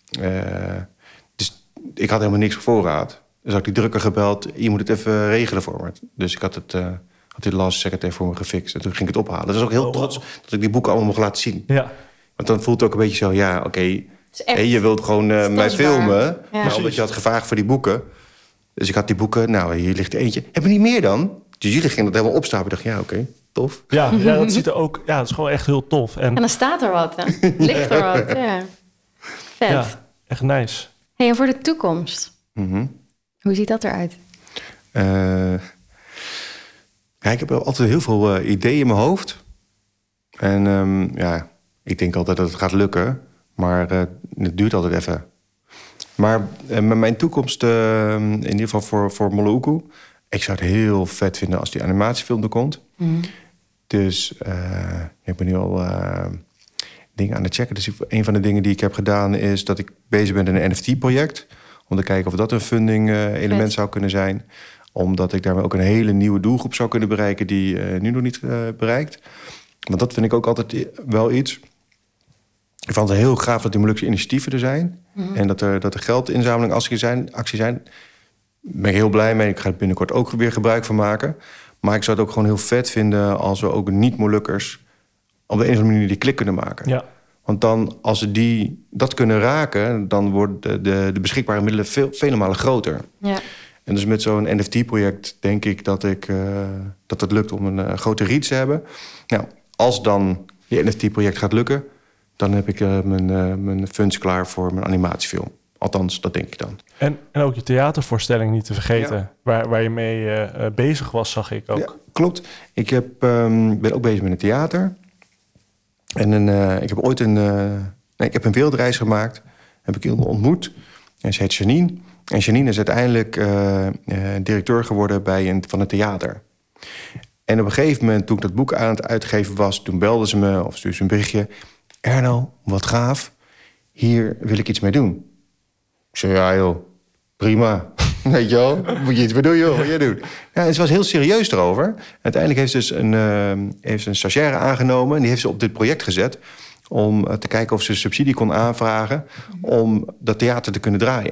Dus ik had helemaal niks op voorraad. Dus had ik die drukker gebeld. Je moet het even regelen voor me. Dus ik had die last secretary voor me gefixt. En toen ging ik het ophalen. Dat is ook heel trots dat ik die boeken allemaal mocht laten zien. Ja. Want dan voelt het ook een beetje zo... Ja, oké, je wilt gewoon mij filmen. Ja. Maar omdat je had gevraagd voor die boeken. Dus ik had die boeken... Nou, hier ligt er eentje. Heb je niet meer dan? Dus jullie gingen dat helemaal opstapelen. Ik dacht, ja, oké, tof. Ja, dat ziet er ook... Ja, dat is gewoon echt heel tof. En dan staat er wat, hè? Ligt er wat, ja. Vet. Ja, echt nice. Hey, en voor de toekomst? Hoe ziet dat eruit? Ja, ik heb altijd heel veel ideeën in mijn hoofd. En ik denk altijd dat het gaat lukken. Maar het duurt altijd even. Maar met mijn toekomst, in ieder geval voor Moluku... ik zou het heel vet vinden als die animatiefilm er komt. Dus ik ben nu al dingen aan het checken. Dus een van de dingen die ik heb gedaan is dat ik bezig ben met een NFT-project. Om te kijken of dat een funding element zou kunnen zijn. Omdat ik daarmee ook een hele nieuwe doelgroep zou kunnen bereiken... die nu nog niet bereikt. Want dat vind ik ook altijd wel iets. Ik vond het heel gaaf dat die Molukse initiatieven er zijn. En dat er geldinzameling acties zijn. Daar ben ik heel blij mee. Ik ga er binnenkort ook weer gebruik van maken. Maar ik zou het ook gewoon heel vet vinden... als we ook niet-Molukkers op de een of andere manier die klik kunnen maken. Ja. Want dan, als ze dat kunnen raken, dan worden de beschikbare middelen vele malen groter. Ja. En dus met zo'n NFT-project denk ik dat het lukt om een grote reach te hebben. Nou, als dan die NFT-project gaat lukken, dan heb ik mijn funds klaar voor mijn animatiefilm. Althans, dat denk ik dan. En ook je theatervoorstelling niet te vergeten, waar je mee bezig was, zag ik ook. Ja, klopt. Ik ben ook bezig met een theater. En ik heb ooit ik heb een wereldreis gemaakt. Heb ik iemand ontmoet. En ze heet Janine. En Janine is uiteindelijk directeur geworden van een theater. En op een gegeven moment, toen ik dat boek aan het uitgeven was, toen belde ze me of stuurde ze een berichtje. Erno, wat gaaf. Hier wil ik iets mee doen. Ik zei, ja joh, prima. Weet je wel, moet je iets mee doen joh, wat jij doet. Ja, en ze was heel serieus erover. Uiteindelijk heeft ze dus een stagiaire aangenomen. En die heeft ze op dit project gezet. Om te kijken of ze subsidie kon aanvragen. Om dat theater te kunnen draaien.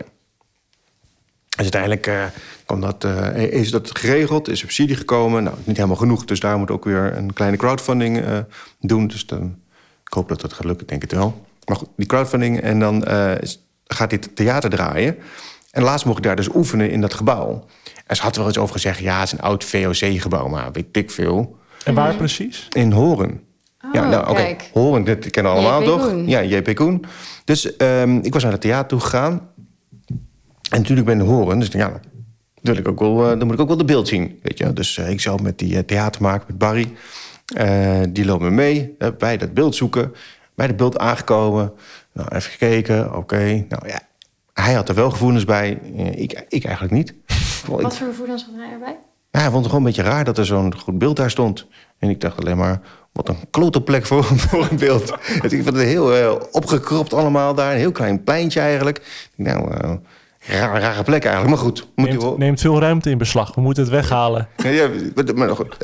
Dus uiteindelijk is dat geregeld, is subsidie gekomen. Nou, niet helemaal genoeg, dus daar moet ook weer een kleine crowdfunding doen. Dus ik hoop dat dat gaat lukken, denk ik wel. Maar goed, die crowdfunding en dan gaat dit theater draaien. En laatst mocht ik daar dus oefenen in dat gebouw. En ze had er wel eens over gezegd, ja, het is een oud VOC-gebouw, maar weet ik veel. En waar precies? In Horen. Oh, ja, nou, oké. Horen, dit kennen we allemaal, toch? Koen. Ja, JP Koen. Dus ik was naar het theater toe gegaan. En natuurlijk ben ik Horen, dus ja, dan moet ik ook wel de beeld zien, weet je. Dus ik zou met die theatermaker, met Barry, die loopt me mee bij dat beeld zoeken. Bij het beeld aangekomen, nou, even gekeken, oké. Nou ja, hij had er wel gevoelens bij, ik eigenlijk niet. Wat voor gevoelens had hij erbij? Ja, hij vond het gewoon een beetje raar dat er zo'n goed beeld daar stond. En ik dacht alleen maar, wat een klote plek voor een beeld. Ik vond het heel opgekropt allemaal daar, een heel klein pleintje eigenlijk. Ik dacht, nou, rare plek eigenlijk, maar goed. Neemt veel ruimte in beslag, we moeten het weghalen. Ja, maar goed.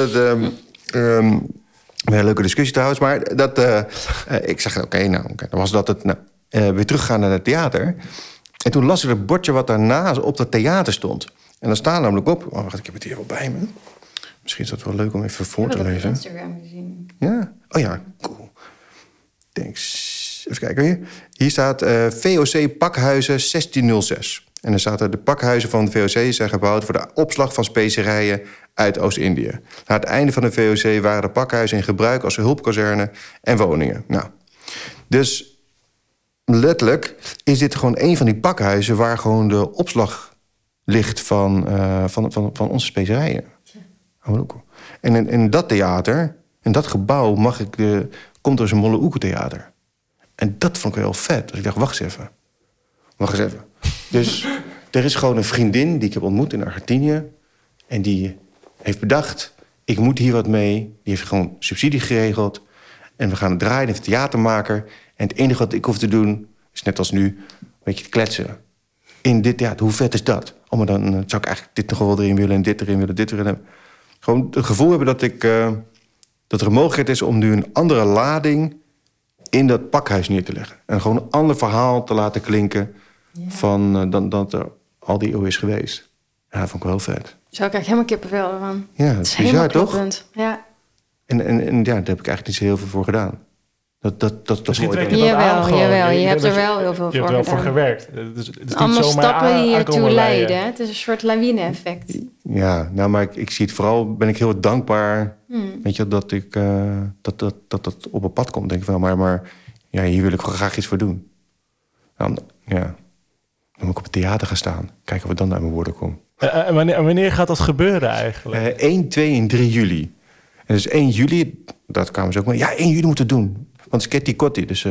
Een leuke discussie trouwens, maar ik zeg, oké, dan was dat het. Nou, weer teruggaan naar het theater. En toen las ik het bordje wat daarna op dat theater stond. En dan staat namelijk op, wacht, ik heb het hier wel bij me. Misschien is dat wel leuk om even voor te lezen. Ik heb het op Instagram gezien. Ja? Oh ja, cool. Thanks. Even kijken. Hier staat VOC Pakhuizen 1606. En dan staat er, de pakhuizen van de VOC zijn gebouwd voor de opslag van specerijen uit Oost-Indië. Na het einde van de VOC waren de pakhuizen in gebruik als hulpkazerne en woningen. Nou, dus letterlijk is dit gewoon een van die pakhuizen waar gewoon de opslag ligt van onze specerijen. En in dat theater, in dat gebouw, komt er dus een Molle Theater. En dat vond ik heel vet. Dus ik dacht, wacht eens even. Dus er is gewoon een vriendin die ik heb ontmoet in Argentinië. En die heeft bedacht, ik moet hier wat mee. Die heeft gewoon subsidie geregeld. En we gaan het draaien, heeft theatermaker. En het enige wat ik hoef te doen, is net als nu, een beetje te kletsen. In dit theater, hoe vet is dat? Oh, maar dan zou ik eigenlijk dit nog wel erin willen en dit erin willen, dit erin hebben. Gewoon het gevoel hebben dat er een mogelijkheid is om nu een andere lading in dat pakhuis neer te leggen. En gewoon een ander verhaal te laten klinken van dan dat er al die eeuw is geweest. Ja, dat vond ik wel vet. Zo krijg ik helemaal kippenvel ervan. Ja, het is bizar, toch? Kloppend. Ja. En daar heb ik eigenlijk niet zo heel veel voor gedaan. Jawel, je hebt er wel heel veel voor gedaan. Je hebt er wel voor gewerkt. Het is allemaal niet stappen die hiertoe leiden. leiden. Het is een soort lawine-effect. Ja, nou, maar ik zie het vooral, ben ik heel dankbaar. Weet je, dat op een pad komt, denk ik wel. Maar ja, hier wil ik graag iets voor doen. Dan moet ik op het theater gaan staan. Kijken of ik dan uit mijn woorden kom. En wanneer gaat dat gebeuren eigenlijk? 1, 2 en 3 juli. En dus 1 juli, dat kwamen ze ook mee. Ja, 1 juli moeten we het doen. Want het is Ketty Kotti, dus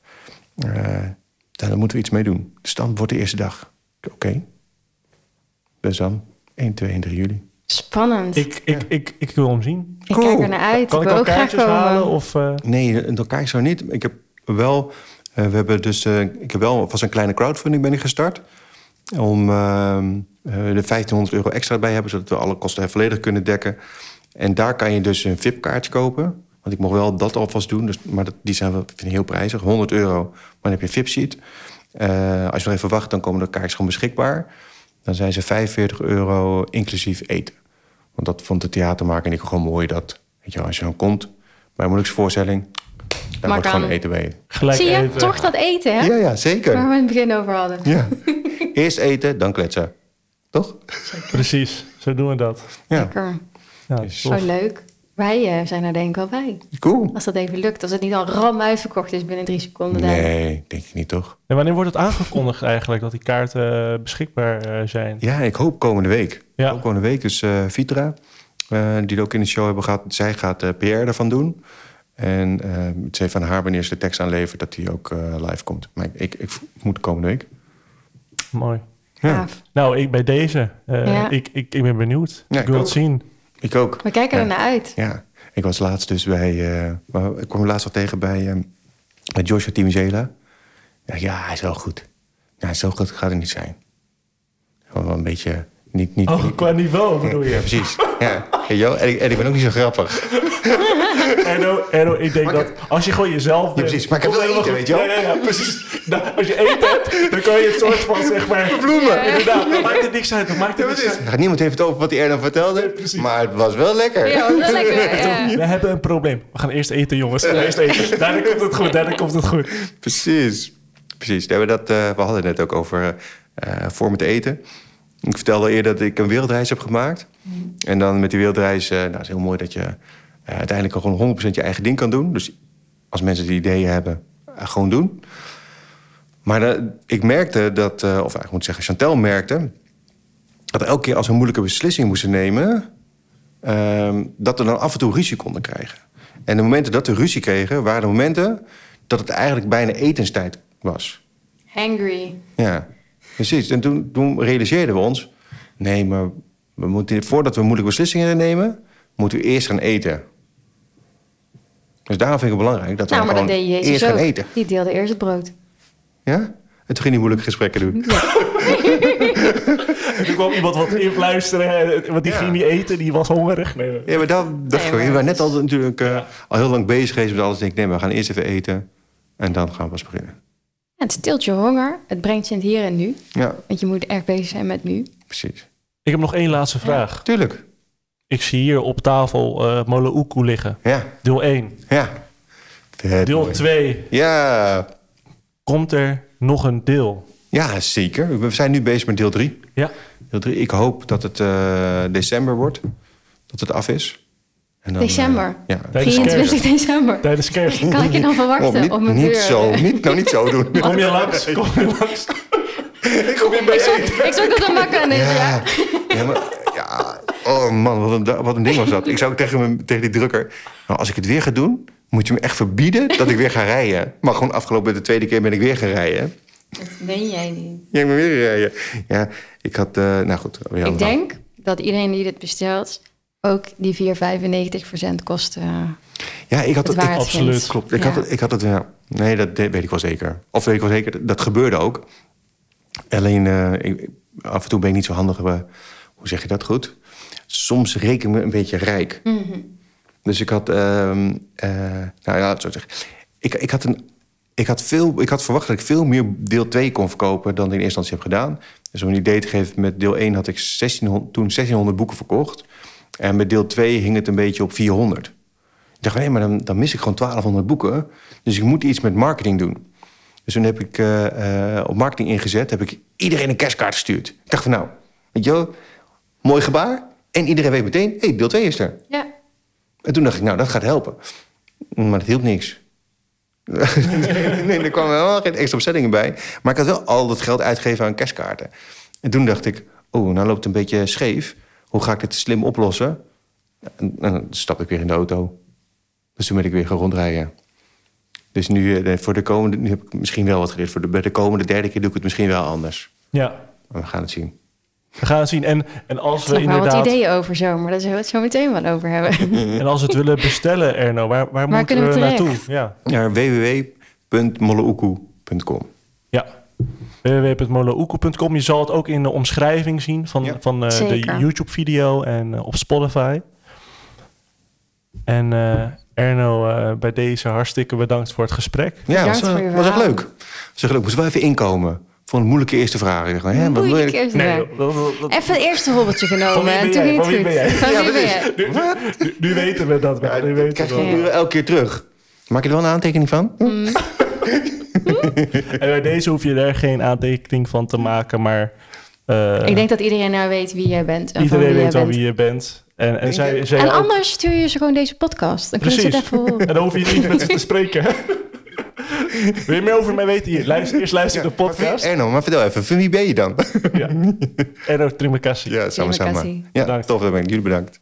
daar moeten we iets mee doen. Dus dan wordt de eerste dag. Oké. Dus dan 1, 2 en 3 juli. Spannend. Ik wil hem zien. Ik kijk er naar uit. Kan ik wil al ook graag kaartjes komen. halen? Of, Nee, dat kan ik zo niet. Ik heb wel... ik heb wel vast een kleine crowdfunding ben ik gestart. Om de €1500 extra bij hebben, zodat we alle kosten volledig kunnen dekken. En daar kan je dus een VIP-kaartje kopen. Want ik mocht wel dat alvast doen, maar die zijn wel, vind ik, heel prijzig. €100, maar dan heb je een VIP-seat. Als je nog even wacht, dan komen de kaartjes gewoon beschikbaar. Dan zijn ze €45 inclusief eten. Want dat vond de theatermaker en ik gewoon mooi dat, weet je, als je dan komt bij een moeilijkste voorstelling, Daar wordt gewoon eten bij. Gelijk Zie je, eten. toch dat eten, hè? Ja, zeker. Waar we in het begin over hadden. Ja. Eerst eten, dan kletsen. Toch? Precies, zo doen we dat. Ja. Lekker. Ja, Dus- tof. Zo leuk. Wij zijn er denk ik wel bij. Cool. Als dat even lukt. Als het niet al ram uitverkocht is binnen 3 seconden. Nee, denk ik niet, toch? En wanneer wordt het aangekondigd eigenlijk dat die kaarten beschikbaar zijn? Ja, ik hoop komende week. Ja. Ik hoop komende week. Dus Vitra, die er ook in de show hebben gehad... zij gaat PR ervan doen. En het is van haar wanneer ze de tekst aanlevert... dat die ook live komt. Maar ik moet komende week. Mooi. Ja, Gaaf. Nou, ik bij deze. Ja. Ik ben benieuwd. Ja, ik wil ik het ook. zien. ik ook. We kijken er naar uit. Ja, ik was laatst dus bij... ik kwam hem laatst al tegen bij Joshua Timizela. Ja, hij is wel goed. Ja, zo goed gaat het niet zijn. Gewoon wel een beetje... Niet, Qua niveau bedoel Ja, je? precies. Ja. En ik ben ook niet zo grappig. Erno, ik denk dat als je gewoon jezelf bent... precies. Maar ik heb wel helemaal eten, goed. weet je wel? Ja, precies. Nou, als je eten hebt, dan kan je het soort van, zeg maar... Bloemen. Inderdaad, dat maakt het niks uit. Dat maakt het niks uit. Ja, niemand heeft het over wat hij eerder vertelde. precies. Maar het was wel lekker. Ja, dat is wel lekker. Ja. We hebben een probleem. We gaan eerst eten, jongens. We gaan eerst eten. Daarna komt het goed. Precies. We hadden het net ook over voor met eten. Ik vertelde al eerder dat ik een wereldreis heb gemaakt. En dan met die wereldreis... het is heel mooi dat je uiteindelijk gewoon 100% je eigen ding kan doen. Dus als mensen die ideeën hebben, gewoon doen. Maar ik merkte dat... of eigenlijk moet ik zeggen, Chantal merkte... dat elke keer als we een moeilijke beslissing moesten nemen... dat we dan af en toe ruzie konden krijgen. En de momenten dat we ruzie kregen... waren de momenten dat het eigenlijk bijna etenstijd was. Hangry. Ja, precies. En toen realiseerden we ons... nee, maar we moeten, voordat we moeilijke beslissingen nemen... moeten we eerst gaan eten. Dus daarom vind ik het belangrijk dat we Nou, maar dat gewoon deed Jezus eerst ook. gaan eten. Die deelde eerst het brood. Ja? En toen ging hij moeilijke gesprekken doen. En toen kwam iemand wat influisteren, want die Ja. ging niet eten, die was hongerig. Nee. Ja, maar dat Nee, maar- we waren net al natuurlijk Ja. al heel lang bezig geweest met alles. Ik denk, nee, we gaan eerst even eten en dan gaan we pas beginnen. En het stilt je honger. Het brengt je in het hier en nu. Ja, Want je moet echt bezig zijn met nu. precies. Ik heb nog één laatste vraag. Tuurlijk. Ik zie hier op tafel Molauku liggen. Ja, Deel 1. ja. Vet Deel mooi. 2. Ja. Komt er nog een deel? Ja, zeker. We zijn nu bezig met deel 3. Ja. Deel 3. Ik hoop dat het december wordt. Dat het af is. En dan, December. Ja. Tijdens 23 kerst. december. Tijdens kerst. Kan ik je dan verwachten? niet, om het niet uur? zo. Niet zo doen. Kom je langs? Kom je langs? Kom je Ik bij zorg dat er makkelijk is. Ja. Ja. Ja, maar, ja. Oh man, wat een ding was dat. Ik zou ook tegen die drukker... Nou, als ik het weer ga doen, moet je me echt verbieden dat ik weer ga rijden. Maar gewoon afgelopen de tweede keer ben ik weer gaan rijden. Dat meen jij niet. Jij bent weer rijden. Ja, ik had... nou goed. Ik denk dat iedereen die dit bestelt... ook die 4,95 verzendkosten Ja, ik had het het... waard absoluut. vindt. Klopt. Ja. Ik had het... Ja. Nee, dat weet ik wel zeker. Of weet ik wel zeker, dat gebeurde ook. Alleen, af en toe ben ik niet zo handig. Hoe zeg je dat goed? Soms reken ik me een beetje rijk. Dus ik had... nou ja, zo zeg ik had verwacht dat ik veel meer deel 2 kon verkopen... dan ik in eerste instantie heb gedaan. Dus om een idee te geven, met deel 1 had ik toen 1600 boeken verkocht. En met deel 2 hing het een beetje op 400. Ik dacht, nee, maar dan mis ik gewoon 1200 boeken. Dus ik moet iets met marketing doen. Dus toen heb ik op marketing ingezet. Heb ik iedereen een cashkaart gestuurd. Ik dacht van nou, weet je wel, mooi gebaar. En iedereen weet meteen, hé, deel 2 is er. Ja. En toen dacht ik, nou, dat gaat helpen. Maar dat hielp niks. Nee, er kwamen helemaal geen extra opzettingen bij. Maar ik had wel al dat geld uitgegeven aan cashkaarten. En toen dacht ik, nou loopt het een beetje scheef. Hoe ga ik dit slim oplossen? En dan stap ik weer in de auto. Dus toen ben ik weer gaan rondrijden. Dus nu, nu heb ik misschien wel wat geleerd. Bij de komende derde keer doe ik het misschien wel anders. Ja, Maar we gaan het zien. we gaan het zien. En als we Ik heb wel wat inderdaad... ideeën over zo, maar daar zullen we het zo meteen wel over hebben. En als we het willen bestellen, Erno, waar moeten kunnen we we naartoe? terecht? Ja. Naar www.molauku.com. Ja. www.molauku.com. Je zal het ook in de omschrijving zien van de Zeker. YouTube-video en op Spotify. En Erno, bij deze hartstikke bedankt voor het gesprek. Ja, Bedankt voor je was echt verhaal. leuk. Was echt leuk. Moesten we even inkomen. Voor een moeilijke eerste vraag. Ik dacht, hè, wat wil Moeilijk je? eerst Nee, wel. Even het eerste hobbeltje Van genomen wie en ben toen jij? ging het Van wie goed. ben jij? Van Ja, wie ben precies. jij? Nu weten we dat wel. Ja, Nu dat weten krijg we je dat wel. elke keer terug. Maak je er wel een aantekening van? En bij deze hoef je er geen aantekening van te maken, maar... ik denk dat iedereen nou weet wie jij bent. Iedereen weet wel wie je bent. En anders stuur je ze gewoon deze podcast. Dan kun je het even horen. En dan hoef je niet met ze te spreken. Wil je meer over mij weten? Hier, eerst luister de podcast. Erno, maar vertel even, van wie ben je dan? Erno Trimacassi. Ja, samen. Ja, tof, jullie bedankt.